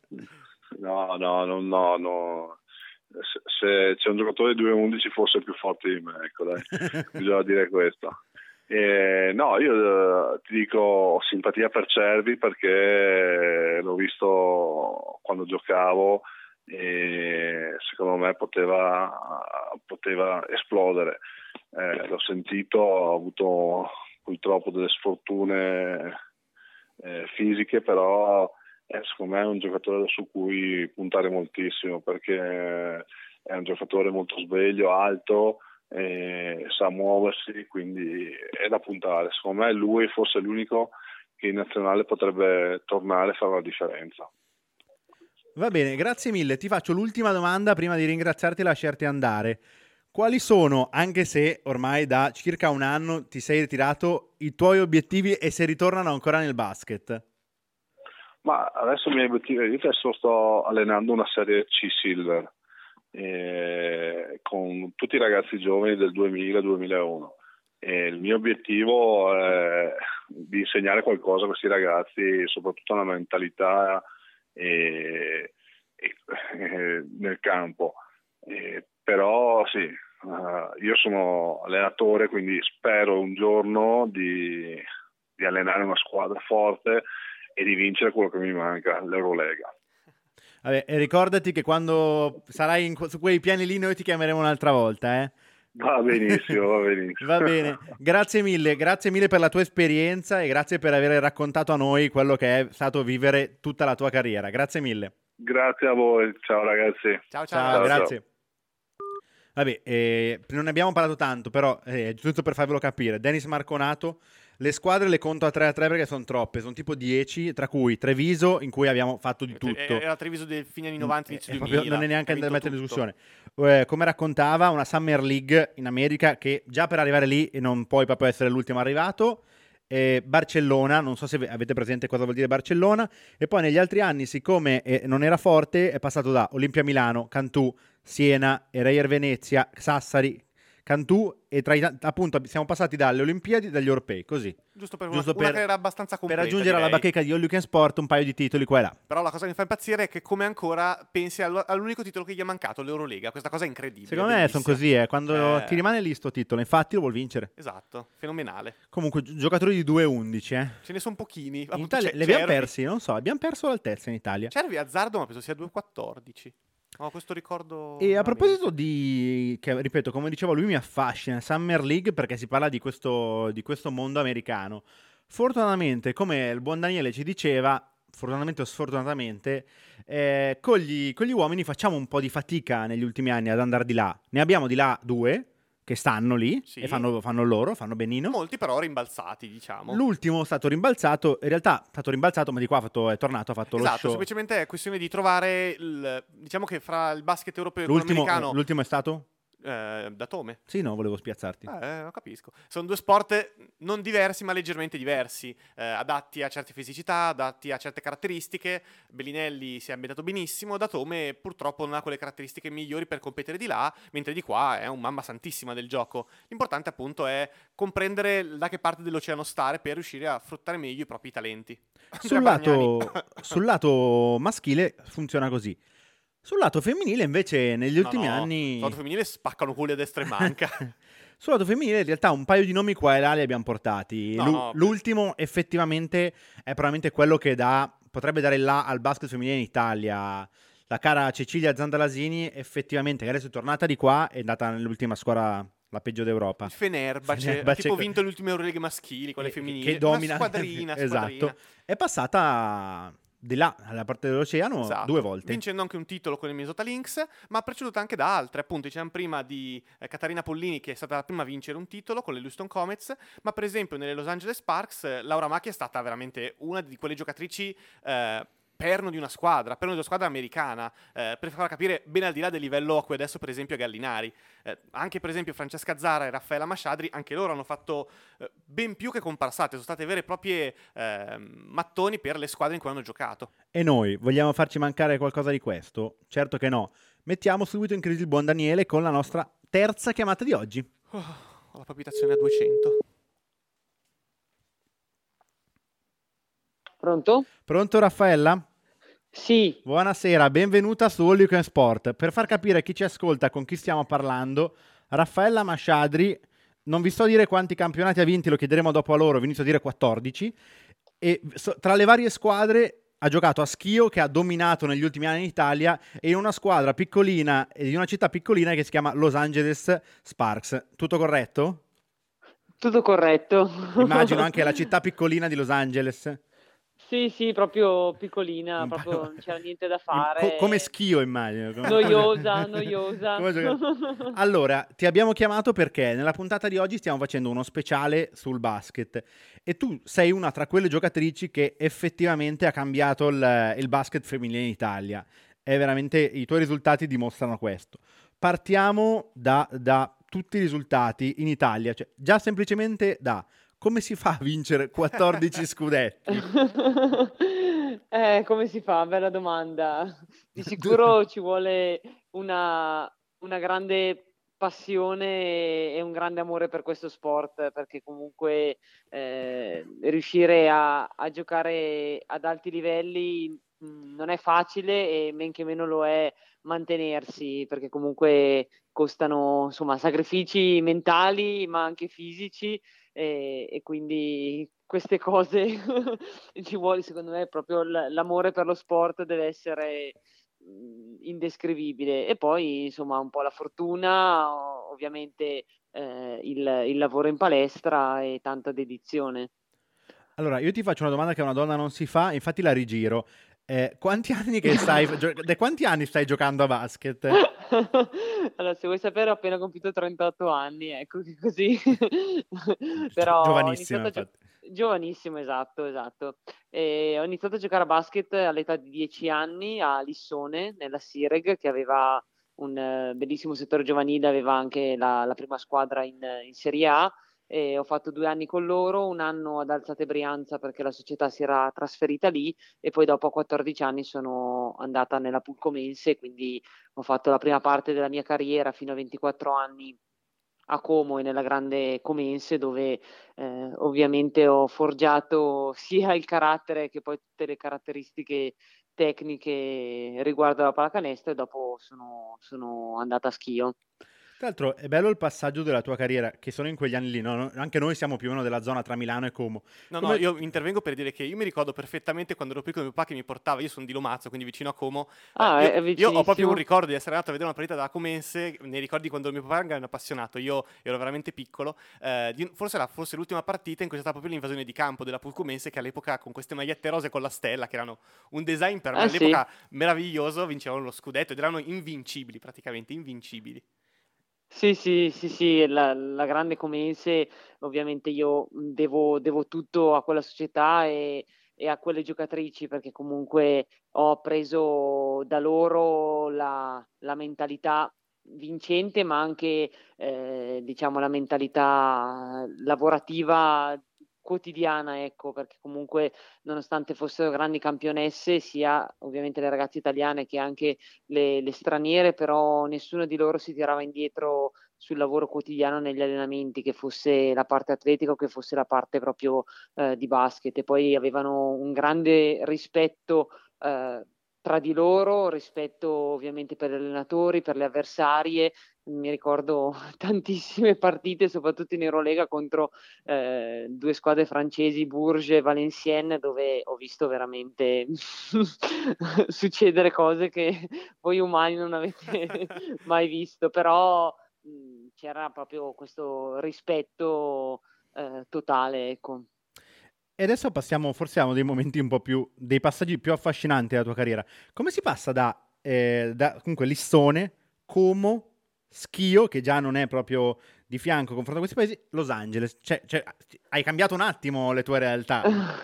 No. Se c'è un giocatore di 2-11 forse è più forte di me, ecco, dai. Bisogna dire questo. No, io ti dico, ho simpatia per Cervi perché l'ho visto quando giocavo e secondo me poteva esplodere. L'ho sentito, ho avuto purtroppo delle sfortune fisiche, però secondo me è un giocatore su cui puntare moltissimo, perché è un giocatore molto sveglio, alto, sa muoversi, quindi è da puntare. Secondo me lui forse è l'unico che in nazionale potrebbe tornare a fare la differenza. Va bene, grazie mille. Ti faccio l'ultima domanda prima di ringraziarti e lasciarti andare. Quali sono, anche se ormai da circa un anno ti sei ritirato, i tuoi obiettivi e se ritornano ancora nel basket? Ma adesso i miei obiettivi, io adesso sto allenando una serie C Silver con tutti i ragazzi giovani del 2000-2001. Il mio obiettivo è di insegnare qualcosa a questi ragazzi, soprattutto una mentalità nel campo. Però sì, io sono allenatore, quindi spero un giorno di allenare una squadra forte e di vincere quello che mi manca, l'Eurolega. Vabbè, e ricordati che quando sarai su quei piani lì noi ti chiameremo un'altra volta, Va benissimo, va benissimo. Va bene, grazie mille per la tua esperienza e grazie per aver raccontato a noi quello che è stato vivere tutta la tua carriera. Grazie mille. Grazie a voi, ciao ragazzi. Ciao, Ciao, ciao. grazie. Vabbè, non ne abbiamo parlato tanto, però giusto per farvelo capire, Denis Marconato, le squadre le conto a 3 perché sono troppe, sono tipo 10, tra cui Treviso, in cui abbiamo fatto di tutto. Era Treviso del fine anni 90, inizio Proprio 2000. non è neanche da mettere in tutto. discussione. Come raccontava, una Summer League in America che già per arrivare lì non puoi proprio essere l'ultimo arrivato. Barcellona, non so se avete presente cosa vuol dire Barcellona, e poi negli altri anni, siccome non era forte, è passato da Olimpia Milano, Cantù, Siena, Reyer Venezia, Sassari, Cantù, e appunto siamo passati dalle Olimpiadi e dagli Europei, così. Giusto per una carriera abbastanza completa. Per aggiungere alla bacheca di All You Can Sport un paio di titoli qua e là. Però la cosa che mi fa impazzire è che come ancora pensi all'unico titolo che gli è mancato, l'Eurolega. Questa cosa è incredibile. Secondo me sono così, quando ti rimane lì sto titolo, infatti lo vuol vincere. Esatto, fenomenale. Comunque, giocatori di 2-11, Ce ne sono pochini. In Italia li abbiamo persi, non so, abbiamo perso l'altezza in Italia. Cervi azzardo, ma penso sia 2-14. Ho questo ricordo. E a proposito che ripeto, come dicevo, lui mi affascina, Summer League, perché si parla di questo mondo americano. Fortunatamente, come il buon Daniele ci diceva, fortunatamente o sfortunatamente, con gli uomini facciamo un po' di fatica negli ultimi anni ad andare di là. Ne abbiamo di là 2 che stanno lì e fanno benino. Molti però rimbalzati, diciamo. L'ultimo è stato rimbalzato, in realtà è stato rimbalzato, ma di qua è tornato, ha fatto lo show. Semplicemente è questione di trovare diciamo che fra il basket europeo e quello americano. L'ultimo è stato? Datome. Sì, no, volevo spiazzarti. Lo capisco. Sono due sport non diversi, ma leggermente diversi, adatti a certe fisicità, adatti a certe caratteristiche. Bellinelli si è ambientato benissimo, Datome purtroppo non ha quelle caratteristiche migliori per competere di là, mentre di qua è un mamma santissima del gioco. L'importante appunto è comprendere da che parte dell'oceano stare per riuscire a fruttare meglio i propri talenti. Sul lato maschile funziona così. Sul lato femminile invece negli ultimi anni... Sul lato femminile spaccano culo a destra e manca. Sul lato femminile in realtà un paio di nomi qua e là li abbiamo portati. L'ultimo effettivamente è probabilmente quello che potrebbe dare là al basket femminile in Italia. La cara Cecilia Zandalasini effettivamente, che adesso è tornata di qua, è andata nell'ultima squadra la peggio d'Europa. Il Fenerbahce tipo vinto le ultime Euroleghe maschili, quelle femminili. Che domina. Una squadrina. Esatto. È passata... di là, alla parte dell'oceano, esatto. 2 volte. Vincendo anche un titolo con il Minnesota Lynx, ma preceduta anche da altre. Appunto, dicevamo prima di Catarina Pollini, che è stata la prima a vincere un titolo con le Houston Comets, ma per esempio nelle Los Angeles Sparks, Laura Macchi è stata veramente una di quelle giocatrici perno di una squadra americana, per far capire ben al di là del livello a cui adesso per esempio è Gallinari. Anche per esempio Francesca Zara e Raffaella Masciadri, anche loro hanno fatto ben più che comparsate, sono state vere e proprie mattoni per le squadre in cui hanno giocato. E noi vogliamo farci mancare qualcosa di questo? Certo che no. Mettiamo subito in crisi il buon Daniele con la nostra terza chiamata di oggi. Ho la palpitazione a 200. Pronto? Pronto Raffaella? Sì. Buonasera, benvenuta su All You Can Sport. Per far capire a chi ci ascolta con chi stiamo parlando, Raffaella Masciadri, non vi so dire quanti campionati ha vinti, lo chiederemo dopo a loro, vi inizio a dire 14, e tra le varie squadre ha giocato a Schio, che ha dominato negli ultimi anni in Italia, e in una squadra piccolina, di una città piccolina che si chiama Los Angeles Sparks. Tutto corretto? Tutto corretto. Immagino anche la città piccolina di Los Angeles. Sì, proprio piccolina, proprio non c'era niente da fare. Come Schio, immagino. Noiosa. Allora, ti abbiamo chiamato perché nella puntata di oggi stiamo facendo uno speciale sul basket e tu sei una tra quelle giocatrici che effettivamente ha cambiato il basket femminile in Italia. È veramente, i tuoi risultati dimostrano questo. Partiamo da tutti i risultati in Italia, cioè già semplicemente come si fa a vincere 14 scudetti? Come si fa? Bella domanda. Di sicuro ci vuole una grande passione e un grande amore per questo sport, perché comunque riuscire a giocare ad alti livelli non è facile e men che meno lo è mantenersi, perché comunque costano insomma sacrifici mentali ma anche fisici. E quindi queste cose ci vuole, secondo me, proprio l'amore per lo sport deve essere indescrivibile. E poi insomma un po' la fortuna, ovviamente il lavoro in palestra e tanta dedizione. Allora, io ti faccio una domanda che una donna non si fa, infatti la rigiro. Quanti anni da quanti anni stai giocando a basket? Allora, se vuoi sapere, ho appena compiuto 38 anni, ecco, che così. Però ho Giovanissima, iniziato infatti. giovanissimo, esatto. E ho iniziato a giocare a basket all'età di 10 anni a Lissone, nella Sireg, che aveva un bellissimo settore giovanile, aveva anche la prima squadra in Serie A. E ho fatto 2 anni con loro, un anno ad Alzate Brianza perché la società si era trasferita lì, e poi dopo a 14 anni sono andata nella Pulcomense, quindi ho fatto la prima parte della mia carriera fino a 24 anni a Como e nella grande Comense, dove ovviamente ho forgiato sia il carattere che poi tutte le caratteristiche tecniche riguardo alla pallacanestro, e dopo sono andata a Schio. Tra l'altro è bello il passaggio della tua carriera, che sono in quegli anni lì, no? Anche noi siamo più o meno della zona tra Milano e Como. No, io intervengo per dire che io mi ricordo perfettamente quando ero piccolo mio papà che mi portava, io sono di Lomazzo, quindi vicino a Como. È Io ho vicinissimo. proprio un ricordo di essere andato a vedere una partita della Comense, nei ricordi quando mio papà era un appassionato, io ero veramente piccolo, forse l'ultima partita in cui c'è stata proprio l'invasione di campo della Pulcomense, che all'epoca con queste magliette rose con la stella, che erano un design per me all'epoca meraviglioso, vincevano lo scudetto ed erano invincibili, praticamente invincibili. Sì, la grande Comense, ovviamente io devo tutto a quella società e a quelle giocatrici, perché comunque ho preso da loro la mentalità vincente, ma anche diciamo la mentalità lavorativa quotidiana, ecco, perché comunque nonostante fossero grandi campionesse, sia ovviamente le ragazze italiane che anche le straniere, però nessuno di loro si tirava indietro sul lavoro quotidiano negli allenamenti, che fosse la parte atletica o che fosse la parte proprio di basket. E poi avevano un grande rispetto tra di loro, rispetto ovviamente per gli allenatori, per le avversarie. Mi ricordo tantissime partite, soprattutto in Eurolega, contro 2 squadre francesi, Bourges e Valenciennes, dove ho visto veramente succedere cose che voi umani non avete mai visto, però c'era proprio questo rispetto totale, ecco. E adesso passiamo forse a uno dei momenti un po' più, dei passaggi più affascinanti della tua carriera. Come si passa da comunque Lissone, Como, Schio, che già non è proprio di fianco confronto a questi paesi, Los Angeles? Cioè, hai cambiato un attimo le tue realtà.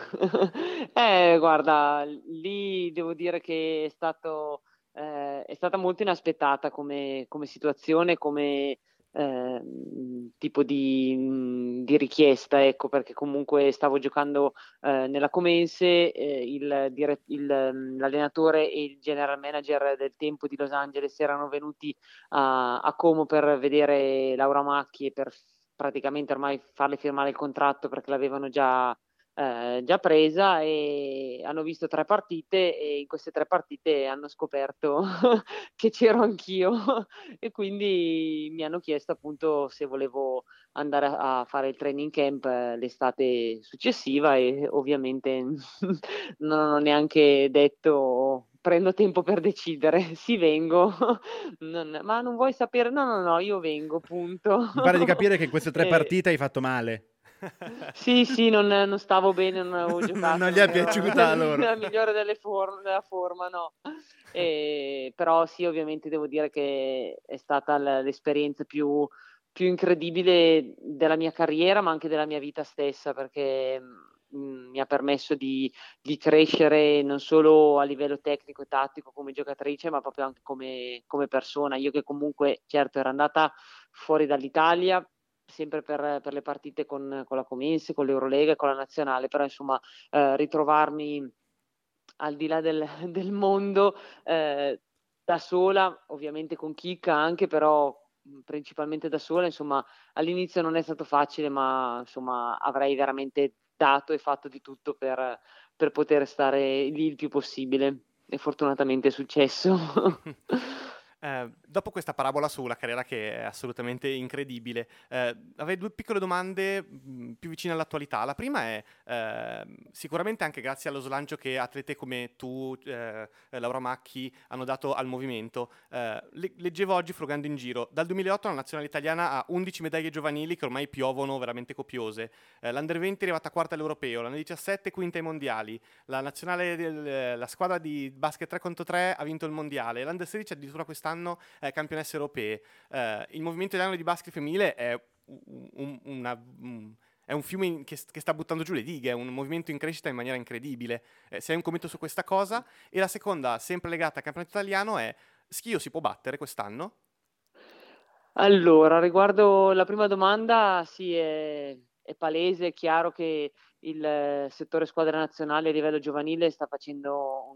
Guarda, lì devo dire che è stata molto inaspettata come situazione, come tipo di richiesta, ecco, perché comunque stavo giocando nella Comense, l'allenatore e il general manager del tempo di Los Angeles erano venuti a Como per vedere Laura Macchi e per praticamente ormai farle firmare il contratto, perché l'avevano già presa, e hanno visto 3 partite, e in queste 3 partite hanno scoperto che c'ero anch'io e quindi mi hanno chiesto appunto se volevo andare a fare il training camp l'estate successiva, e ovviamente non ho neanche detto prendo tempo per decidere, sì, vengo. Ma non vuoi sapere? No, io vengo, punto. Mi pare di capire che in queste 3 partite hai fatto male. Sì, non stavo bene, non avevo giocato. Non gli è piaciuta a loro. La migliore della forma, no. Però sì, ovviamente devo dire che è stata l'esperienza più incredibile della mia carriera, ma anche della mia vita stessa, perché mi ha permesso di crescere non solo a livello tecnico e tattico come giocatrice, ma proprio anche come persona. Io che comunque, certo, ero andata fuori dall'Italia, sempre per le partite con la Comense, con l'Eurolega e con la Nazionale, però insomma ritrovarmi al di là del mondo da sola, ovviamente con Chicca anche, però principalmente da sola, insomma all'inizio non è stato facile, ma insomma avrei veramente dato e fatto di tutto per poter stare lì il più possibile, e fortunatamente è successo. Dopo questa parabola sulla carriera che è assolutamente incredibile, avrei due piccole domande più vicine all'attualità. La prima è, sicuramente anche grazie allo slancio che atlete come tu, Laura Macchi, hanno dato al movimento. Leggevo oggi, frugando in giro, dal 2008 la nazionale italiana ha 11 medaglie giovanili che ormai piovono veramente copiose. L'Under 20 è arrivata quarta all'Europeo, l'Under 17 quinta ai mondiali, la squadra di basket 3 contro 3 ha vinto il mondiale, l'Under 16 addirittura quest'anno campionesse europee. Il movimento italiano di basket femminile è è un fiume che sta buttando giù le dighe, è un movimento in crescita in maniera incredibile. Se hai un commento su questa cosa. E la seconda, sempre legata al campionato italiano, è: Schio si può battere quest'anno? Allora, riguardo la prima domanda, sì, è palese, è chiaro che il settore squadra nazionale a livello giovanile sta facendo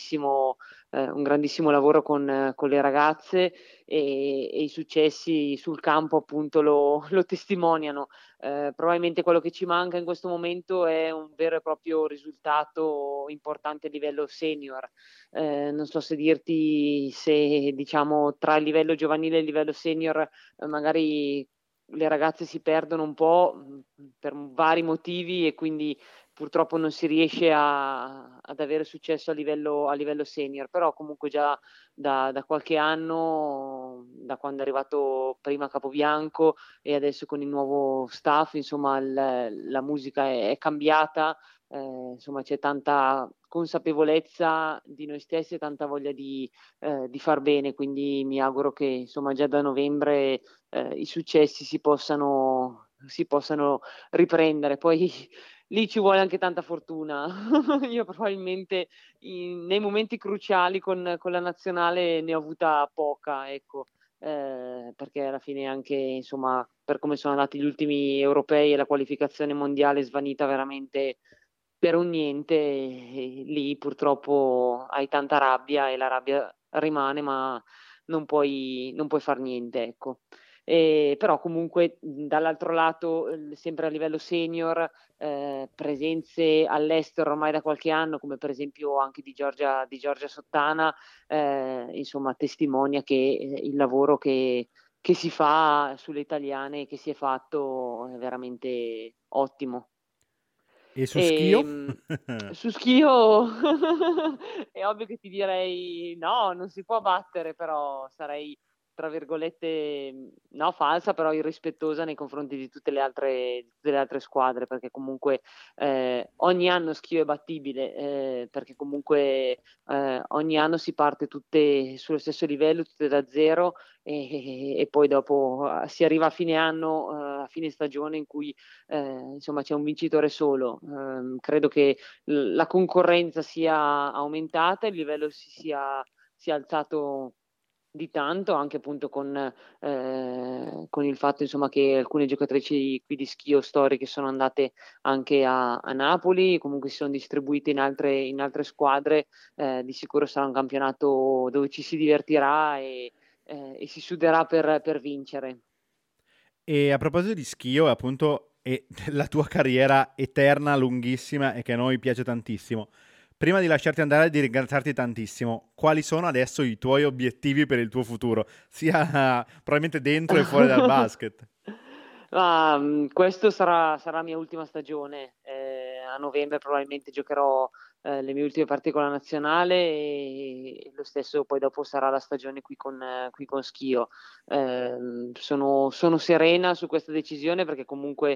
un grandissimo lavoro con le ragazze e i successi sul campo appunto lo testimoniano. Probabilmente quello che ci manca in questo momento è un vero e proprio risultato importante a livello senior. Non so se dirti se, diciamo, tra il livello giovanile e il livello senior magari le ragazze si perdono un po' per vari motivi e quindi purtroppo non si riesce ad avere successo a livello senior, però comunque già da qualche anno, da quando è arrivato prima Capobianco e adesso con il nuovo staff, insomma la musica è cambiata. Insomma, c'è tanta consapevolezza di noi stessi e tanta voglia di far bene, quindi mi auguro che insomma già da novembre i successi si possano riprendere. Poi lì ci vuole anche tanta fortuna. Io probabilmente nei momenti cruciali con la nazionale ne ho avuta poca, ecco. Perché alla fine anche insomma per come sono andati gli ultimi europei e la qualificazione mondiale è svanita veramente per un niente, e lì purtroppo hai tanta rabbia e la rabbia rimane, ma non puoi far niente, ecco. Però comunque dall'altro lato, sempre a livello senior, presenze all'estero ormai da qualche anno, come per esempio anche di Giorgia Sottana, insomma testimonia che il lavoro che si fa sulle italiane, che si è fatto, è veramente ottimo. E su Schio? Su Schio è ovvio che ti direi no, non si può battere, però sarei tra virgolette no falsa, però irrispettosa nei confronti di tutte le altre squadre, perché comunque ogni anno Schio è battibile, perché comunque ogni anno si parte tutte sullo stesso livello, tutte da zero e poi dopo si arriva a fine anno, a fine stagione in cui insomma c'è un vincitore solo. Credo che la concorrenza sia aumentata, il livello sia alzato di tanto, anche appunto con il fatto insomma che alcune giocatrici qui di Schio storiche sono andate anche a Napoli, comunque si sono distribuite in altre squadre. Di sicuro sarà un campionato dove ci si divertirà e si suderà per vincere. E a proposito di Schio, appunto, e la tua carriera eterna, lunghissima e che a noi piace tantissimo, prima di lasciarti andare e di ringraziarti tantissimo, quali sono adesso i tuoi obiettivi per il tuo futuro, sia probabilmente dentro e fuori dal basket? Questo sarà la mia ultima stagione. A novembre probabilmente giocherò le mie ultime partite con la nazionale e lo stesso poi dopo sarà la stagione qui con Schio. Sono serena su questa decisione perché comunque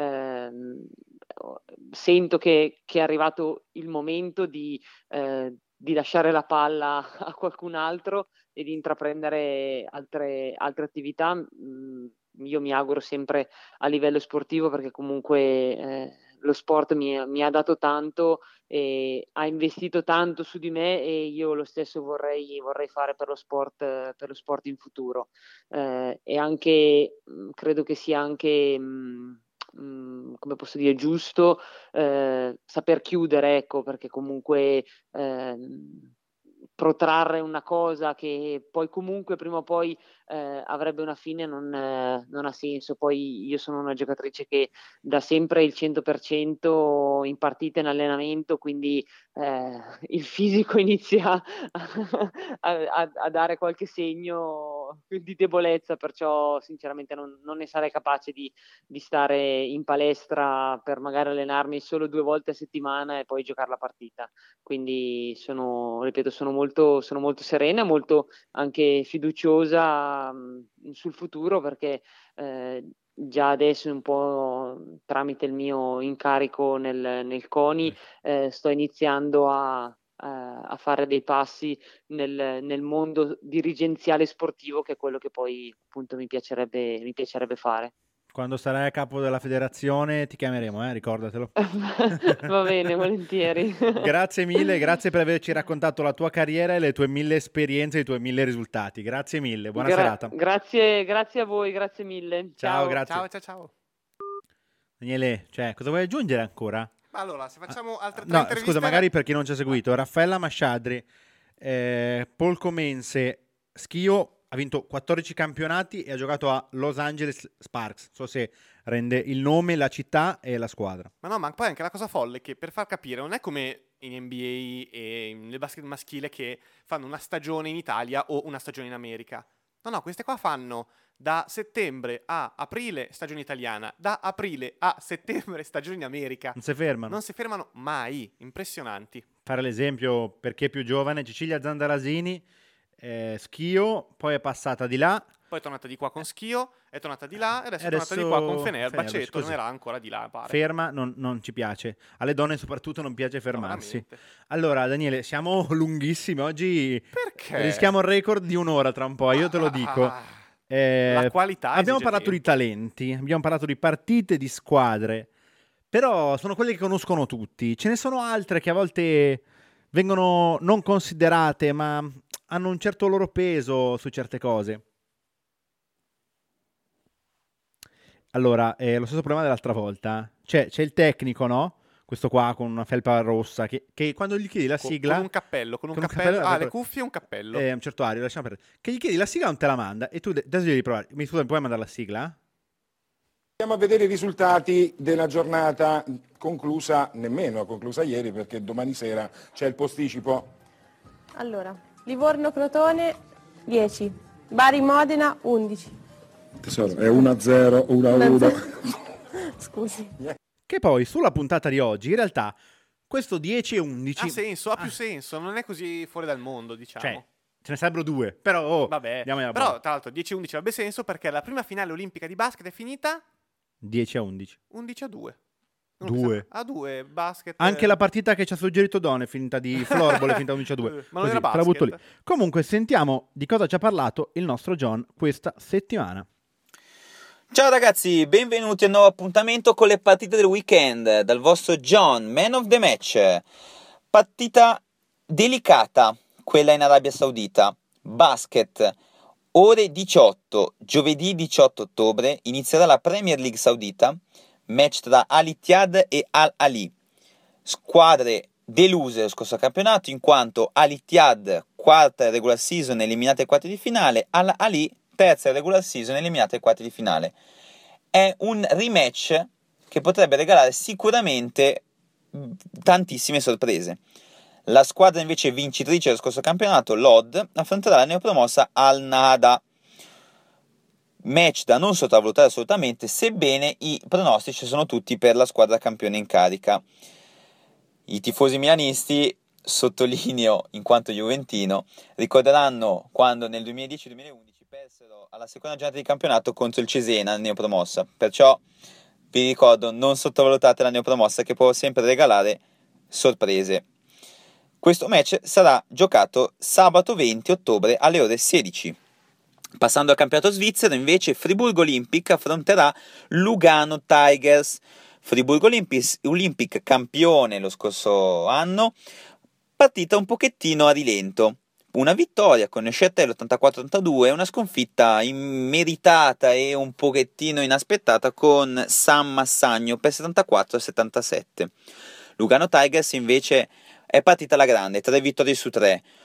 sento che è arrivato il momento di lasciare la palla a qualcun altro e di intraprendere altre attività. Io mi auguro sempre a livello sportivo perché comunque lo sport mi ha dato tanto e ha investito tanto su di me e io lo stesso vorrei fare per lo sport in futuro. E anche credo che sia anche come posso dire giusto saper chiudere, ecco, perché comunque protrarre una cosa che poi comunque prima o poi avrebbe una fine non ha senso. Poi io sono una giocatrice che dà sempre il 100% in partita e in allenamento, quindi il fisico inizia a dare qualche segno di debolezza, perciò sinceramente non ne sarei capace di stare in palestra per magari allenarmi solo 2 volte a settimana e poi giocare la partita. Quindi ripeto, sono molto serena, molto anche fiduciosa sul futuro, perché già adesso un po' tramite il mio incarico nel CONI sto iniziando a fare dei passi nel mondo dirigenziale sportivo, che è quello che poi appunto mi piacerebbe fare. Quando sarai a capo della federazione ti chiameremo, ricordatelo. Va bene, volentieri. Grazie mille, grazie per averci raccontato la tua carriera e le tue 1000 esperienze e i tuoi 1000 risultati. Grazie mille, buona serata. Grazie a voi, grazie mille. Ciao, grazie. Ciao. Daniele, cosa vuoi aggiungere ancora? Allora, se facciamo altre 3 No, interviste... scusa, magari per chi non ci ha seguito, Raffaella Masciadri, polcomense, schio, ha vinto 14 campionati e ha giocato a Los Angeles Sparks. Non so se rende il nome, la città e la squadra. Ma no, ma poi anche la cosa folle che, per far capire, non è come in NBA e nel basket maschile che fanno una stagione in Italia o una stagione in America. No, queste qua fanno da settembre a aprile stagione italiana, da aprile a settembre stagione in America. Non si fermano. Non si fermano mai, impressionanti. Fare l'esempio, per chi è più giovane, Cecilia Zandarasini, schio, poi è passata di là. Poi è tornata di qua con schio, è tornata di là e adesso è tornata di qua con Fenerbahce e tornerà ancora di là, pare. Ferma non ci piace. Alle donne soprattutto non piace fermarsi. No, allora, Daniele, siamo lunghissimi. Oggi perché? Rischiamo il record di 1 ora tra un po', io te lo dico. La qualità. Abbiamo parlato di talenti, abbiamo parlato di partite, di squadre, però sono quelle che conoscono tutti. Ce ne sono altre che a volte vengono non considerate, ma hanno un certo loro peso su certe cose. Allora, lo stesso problema dell'altra volta. C'è il tecnico, no? Questo qua con una felpa rossa che quando gli chiedi la sigla... Con un cappello. Le cuffie e un cappello. Un certo aria, lasciamo perdere. Che gli chiedi la sigla non te la manda e tu adesso devi provare. Mi scusa, puoi mandare la sigla? Andiamo a vedere i risultati della giornata conclusa ieri, perché domani sera c'è il posticipo. Allora, Livorno-Crotone 10, Bari-Modena 11. Tesoro, è 1-0, 1-1. Scusi. Che poi sulla puntata di oggi in realtà questo 10 e 11 ha più senso, non è così fuori dal mondo, diciamo. Cioè, ce ne sarebbero 2, però vabbè. Però tra l'altro 10 e 11 avrebbe senso perché la prima finale olimpica di basket è finita 10 a 11. 11 a 2. 2 a 2 basket. Anche la partita che ci ha suggerito Don è finita di floorball, è finita 11 a 2. Ma non era basket. Te la butto lì. Comunque sentiamo di cosa ci ha parlato il nostro John questa settimana. Ciao ragazzi, benvenuti a un nuovo appuntamento con le partite del weekend dal vostro John, man of the match. Partita delicata, quella in Arabia Saudita. Basket, ore 18, giovedì 18 ottobre, inizierà la Premier League Saudita, match tra Al Ittihad e Al Ahly. Squadre deluse lo scorso campionato, in quanto Al Ittihad, quarta regular season, eliminata ai quarti di finale, Al Ahly, terza regular season, eliminata ai quarti di finale. È un rematch che potrebbe regalare sicuramente tantissime sorprese. La squadra invece vincitrice dello scorso campionato, l'Odd, affronterà la neopromossa Al Nahda. Match da non sottovalutare assolutamente, sebbene i pronostici sono tutti per la squadra campione in carica. I tifosi milanisti, sottolineo in quanto juventino, ricorderanno quando nel 2010-2011 persero alla seconda giornata di campionato contro il Cesena, neopromossa. Perciò vi ricordo, non sottovalutate la neopromossa che può sempre regalare sorprese. Questo match sarà giocato sabato 20 ottobre alle ore 16. Passando al campionato svizzero, invece, Friburgo Olympic affronterà Lugano Tigers. Friburgo Olympic campione lo scorso anno, partita un pochettino a rilento. Una vittoria con Neuchâtel 84-82 e una sconfitta immeritata e un pochettino inaspettata con San Massagno per 74-77. Lugano Tigers invece è partita alla grande, 3 vittorie su 3.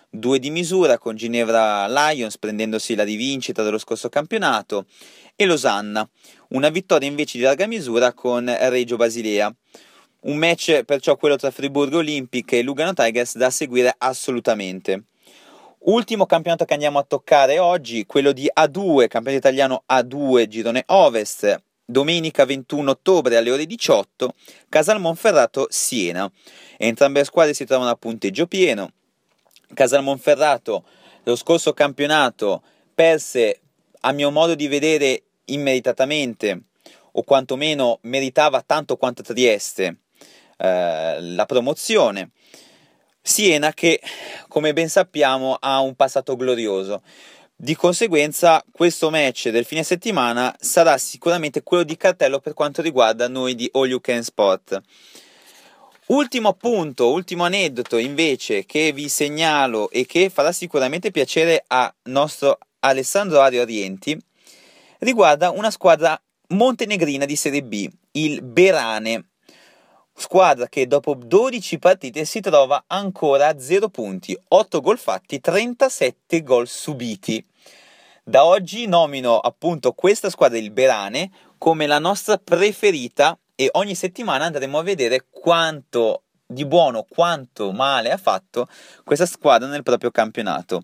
2 di misura con Ginevra Lions prendendosi la rivincita dello scorso campionato, e Losanna, una vittoria invece di larga misura con Reggio Basilea. Un match perciò quello tra Friburgo Olympic e Lugano Tigers da seguire assolutamente. Ultimo campionato che andiamo a toccare oggi, quello di A2, campionato italiano A2 Girone Ovest, domenica 21 ottobre alle ore 18, Casalmonferrato-Siena. Entrambe le squadre si trovano a punteggio pieno. Casalmonferrato lo scorso campionato perse, a mio modo di vedere, immeritatamente, o quantomeno meritava tanto quanto Trieste la promozione. Siena che, come ben sappiamo, ha un passato glorioso. Di conseguenza questo match del fine settimana sarà sicuramente quello di cartello per quanto riguarda noi di All You Can Sport. Ultimo appunto, ultimo aneddoto invece che vi segnalo e che farà sicuramente piacere a nostro Alessandro Ario Arienti, riguarda una squadra montenegrina di Serie B, il Berane, squadra che dopo 12 partite si trova ancora a 0 punti, 8 gol fatti, 37 gol subiti. Da oggi nomino appunto questa squadra, il Berane, come la nostra preferita, e ogni settimana andremo a vedere quanto di buono, quanto male ha fatto questa squadra nel proprio campionato.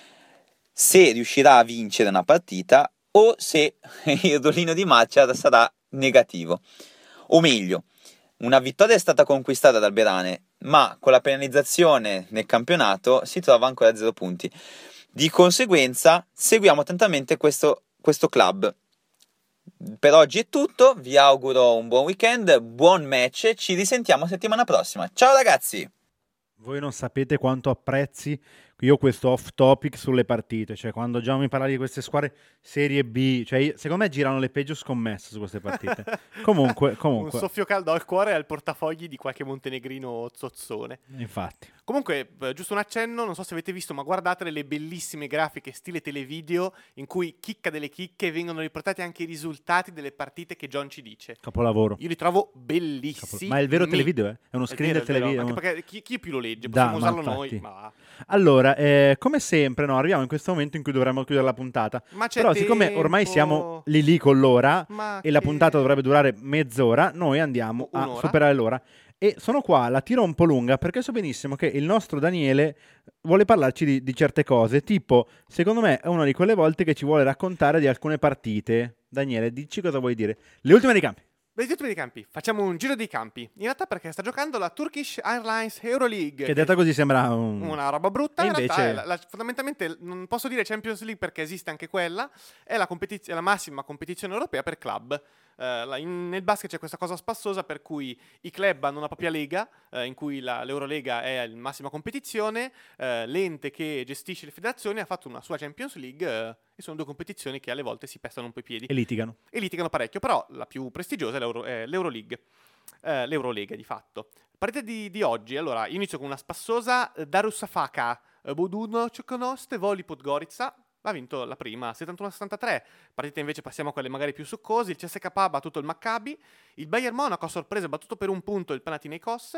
Se riuscirà a vincere una partita o se il rollino di marcia sarà negativo. O meglio, una vittoria è stata conquistata dal Berane, ma con la penalizzazione nel campionato si trova ancora a 0 punti. Di conseguenza seguiamo attentamente questo club. Per oggi è tutto, vi auguro un buon weekend, buon match, ci risentiamo settimana prossima. Ciao ragazzi! Voi non sapete quanto apprezzi io questo off topic sulle partite, cioè quando già mi parlavi di queste squadre Serie B, cioè secondo me girano le peggio scommesse su queste partite. comunque. Un soffio caldo al cuore e al portafogli di qualche montenegrino zozzone. Infatti. Comunque, giusto un accenno, non so se avete visto, ma guardate le bellissime grafiche stile televideo in cui chicca delle chicche vengono riportati anche i risultati delle partite che John ci dice. Capolavoro. Io li trovo bellissimi. Ma è il vero televideo, eh? È uno screen del televideo. Anche perché chi più lo legge? Possiamo usarlo noi. Ma... Allora, come sempre, no, arriviamo in questo momento in cui dovremmo chiudere la puntata. Ma c'è Però tempo. Siccome ormai siamo lì con l'ora e la puntata dovrebbe durare mezz'ora, noi andiamo a superare l'ora. E sono qua, la tiro un po' lunga perché so benissimo che il nostro Daniele vuole parlarci di certe cose, tipo, secondo me è una di quelle volte che ci vuole raccontare di alcune partite. Daniele, dici cosa vuoi dire. Le ultime dei campi. Le ultime dei campi, facciamo un giro dei campi. In realtà perché sta giocando la Turkish Airlines Euroleague. Che detta così sembra una roba brutta, e in invece... realtà fondamentalmente non posso dire Champions League perché esiste anche quella, è la massima competizione europea per club. Nel basket c'è questa cosa spassosa per cui i club hanno una propria lega in cui l'Eurolega è la massima competizione, l'ente che gestisce le federazioni ha fatto una sua Champions League e sono due competizioni che alle volte si pestano un po' i piedi e litigano parecchio, però la più prestigiosa è l'Euroleague, l'Eurolega di fatto. Partita di oggi, allora inizio con una spassosa. Darussafaka Buduno Cioconost Voli Podgorica ha vinto la prima 71-73. Partita invece passiamo a quelle magari più succose. Il CSKA ha battuto il Maccabi, il Bayern Monaco a sorpresa ha battuto per un punto il Panathinaikos,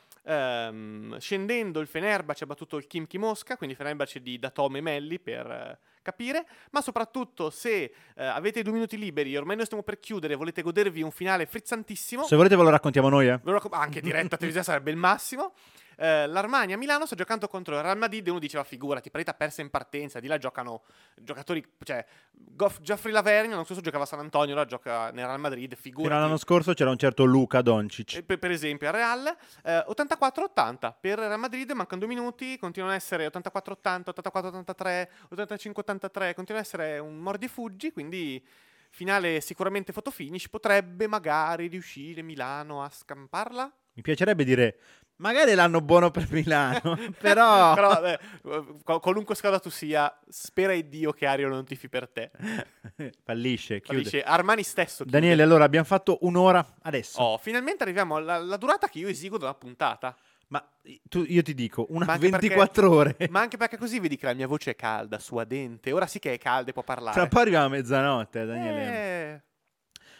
scendendo il Fenerbahce ha battuto il Khimki Mosca, quindi Fenerbahce di Datome e Melli per capire, ma soprattutto se avete 2 minuti liberi, ormai noi stiamo per chiudere, volete godervi un finale frizzantissimo, se volete ve lo raccontiamo noi, anche diretta televisiva sarebbe il massimo. L'Armania a Milano sta giocando contro il Real Madrid e uno diceva figurati, partita persa in partenza, di là giocano giocatori, cioè Geoffrey Lavergne l'anno scorso giocava a San Antonio, ora gioca nel Real Madrid, figurati. Fino all'anno scorso c'era un certo Luka Doncic per esempio al Real. 84-80 per Real Madrid, mancano 2 minuti, continuano a essere 84-80, 84-83, 85-83, continua a essere un mordi e fuggi, quindi finale sicuramente photo-finish, potrebbe magari riuscire Milano a scamparla? Mi piacerebbe dire magari l'anno buono per Milano, però qualunque squadra tu sia, spera in Dio che Ario non tifi per te. Fallisce. Armani stesso chiude. Daniele, allora abbiamo fatto un'ora adesso. Finalmente arriviamo alla durata che io esigo da una puntata. Ma io ti dico, 24 ore. Ma anche perché così vedi che la mia voce è calda, suadente. Ora sì che è calda e può parlare. Tra poi arriviamo a mezzanotte, Daniele.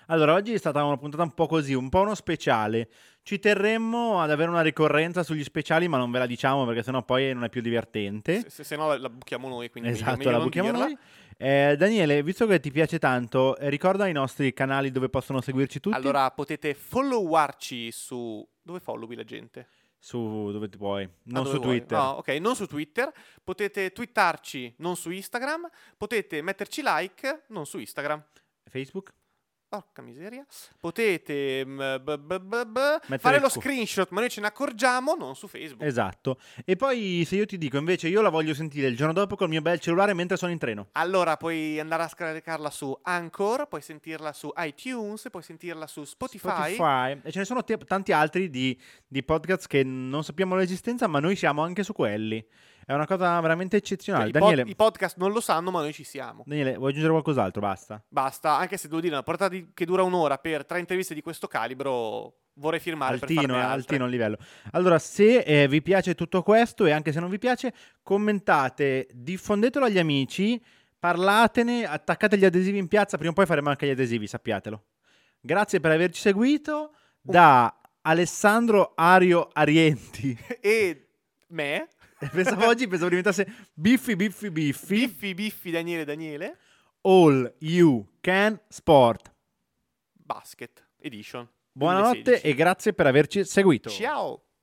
Allora, oggi è stata una puntata un po' così, un po' uno speciale. Ci terremmo ad avere una ricorrenza sugli speciali, ma non ve la diciamo perché sennò poi non è più divertente. Se no la buchiamo noi, quindi Esatto, meglio la non buchiamo dirla. noi. Daniele, visto che ti piace tanto, ricorda i nostri canali dove possono seguirci tutti. Allora, potete followarci su... Dove followi la gente? Su dove ti puoi, non dove su vuoi? Twitter. No, ok, non su Twitter. Potete twittarci, non su Instagram. Potete metterci like, non su Instagram. Facebook? Porca miseria. Potete Mettere fare il lo cu- screenshot, ma noi ce ne accorgiamo, non su Facebook. Esatto. E poi se io ti dico invece io la voglio sentire il giorno dopo col mio bel cellulare mentre sono in treno. Allora puoi andare a scaricarla su Anchor, puoi sentirla su iTunes, puoi sentirla su Spotify. E ce ne sono tanti altri di podcast che non sappiamo l'esistenza, ma noi siamo anche su quelli. È una cosa veramente eccezionale. Daniele, I podcast non lo sanno, ma noi ci siamo. Daniele, vuoi aggiungere qualcos'altro? Basta, anche se devo dire, una portata che dura un'ora per 3 interviste di questo calibro, vorrei firmare per farne altre. Altino il livello. Allora, se vi piace tutto questo e anche se non vi piace, commentate, diffondetelo agli amici, parlatene, attaccate gli adesivi in piazza, prima o poi faremo anche gli adesivi, sappiatelo. Grazie per averci seguito. Da Alessandro Ario Arienti e me. Pensavo diventasse Biffi Daniele All You Can Sport Basket Edition. Buonanotte 2016. e grazie per averci seguito. Ciao.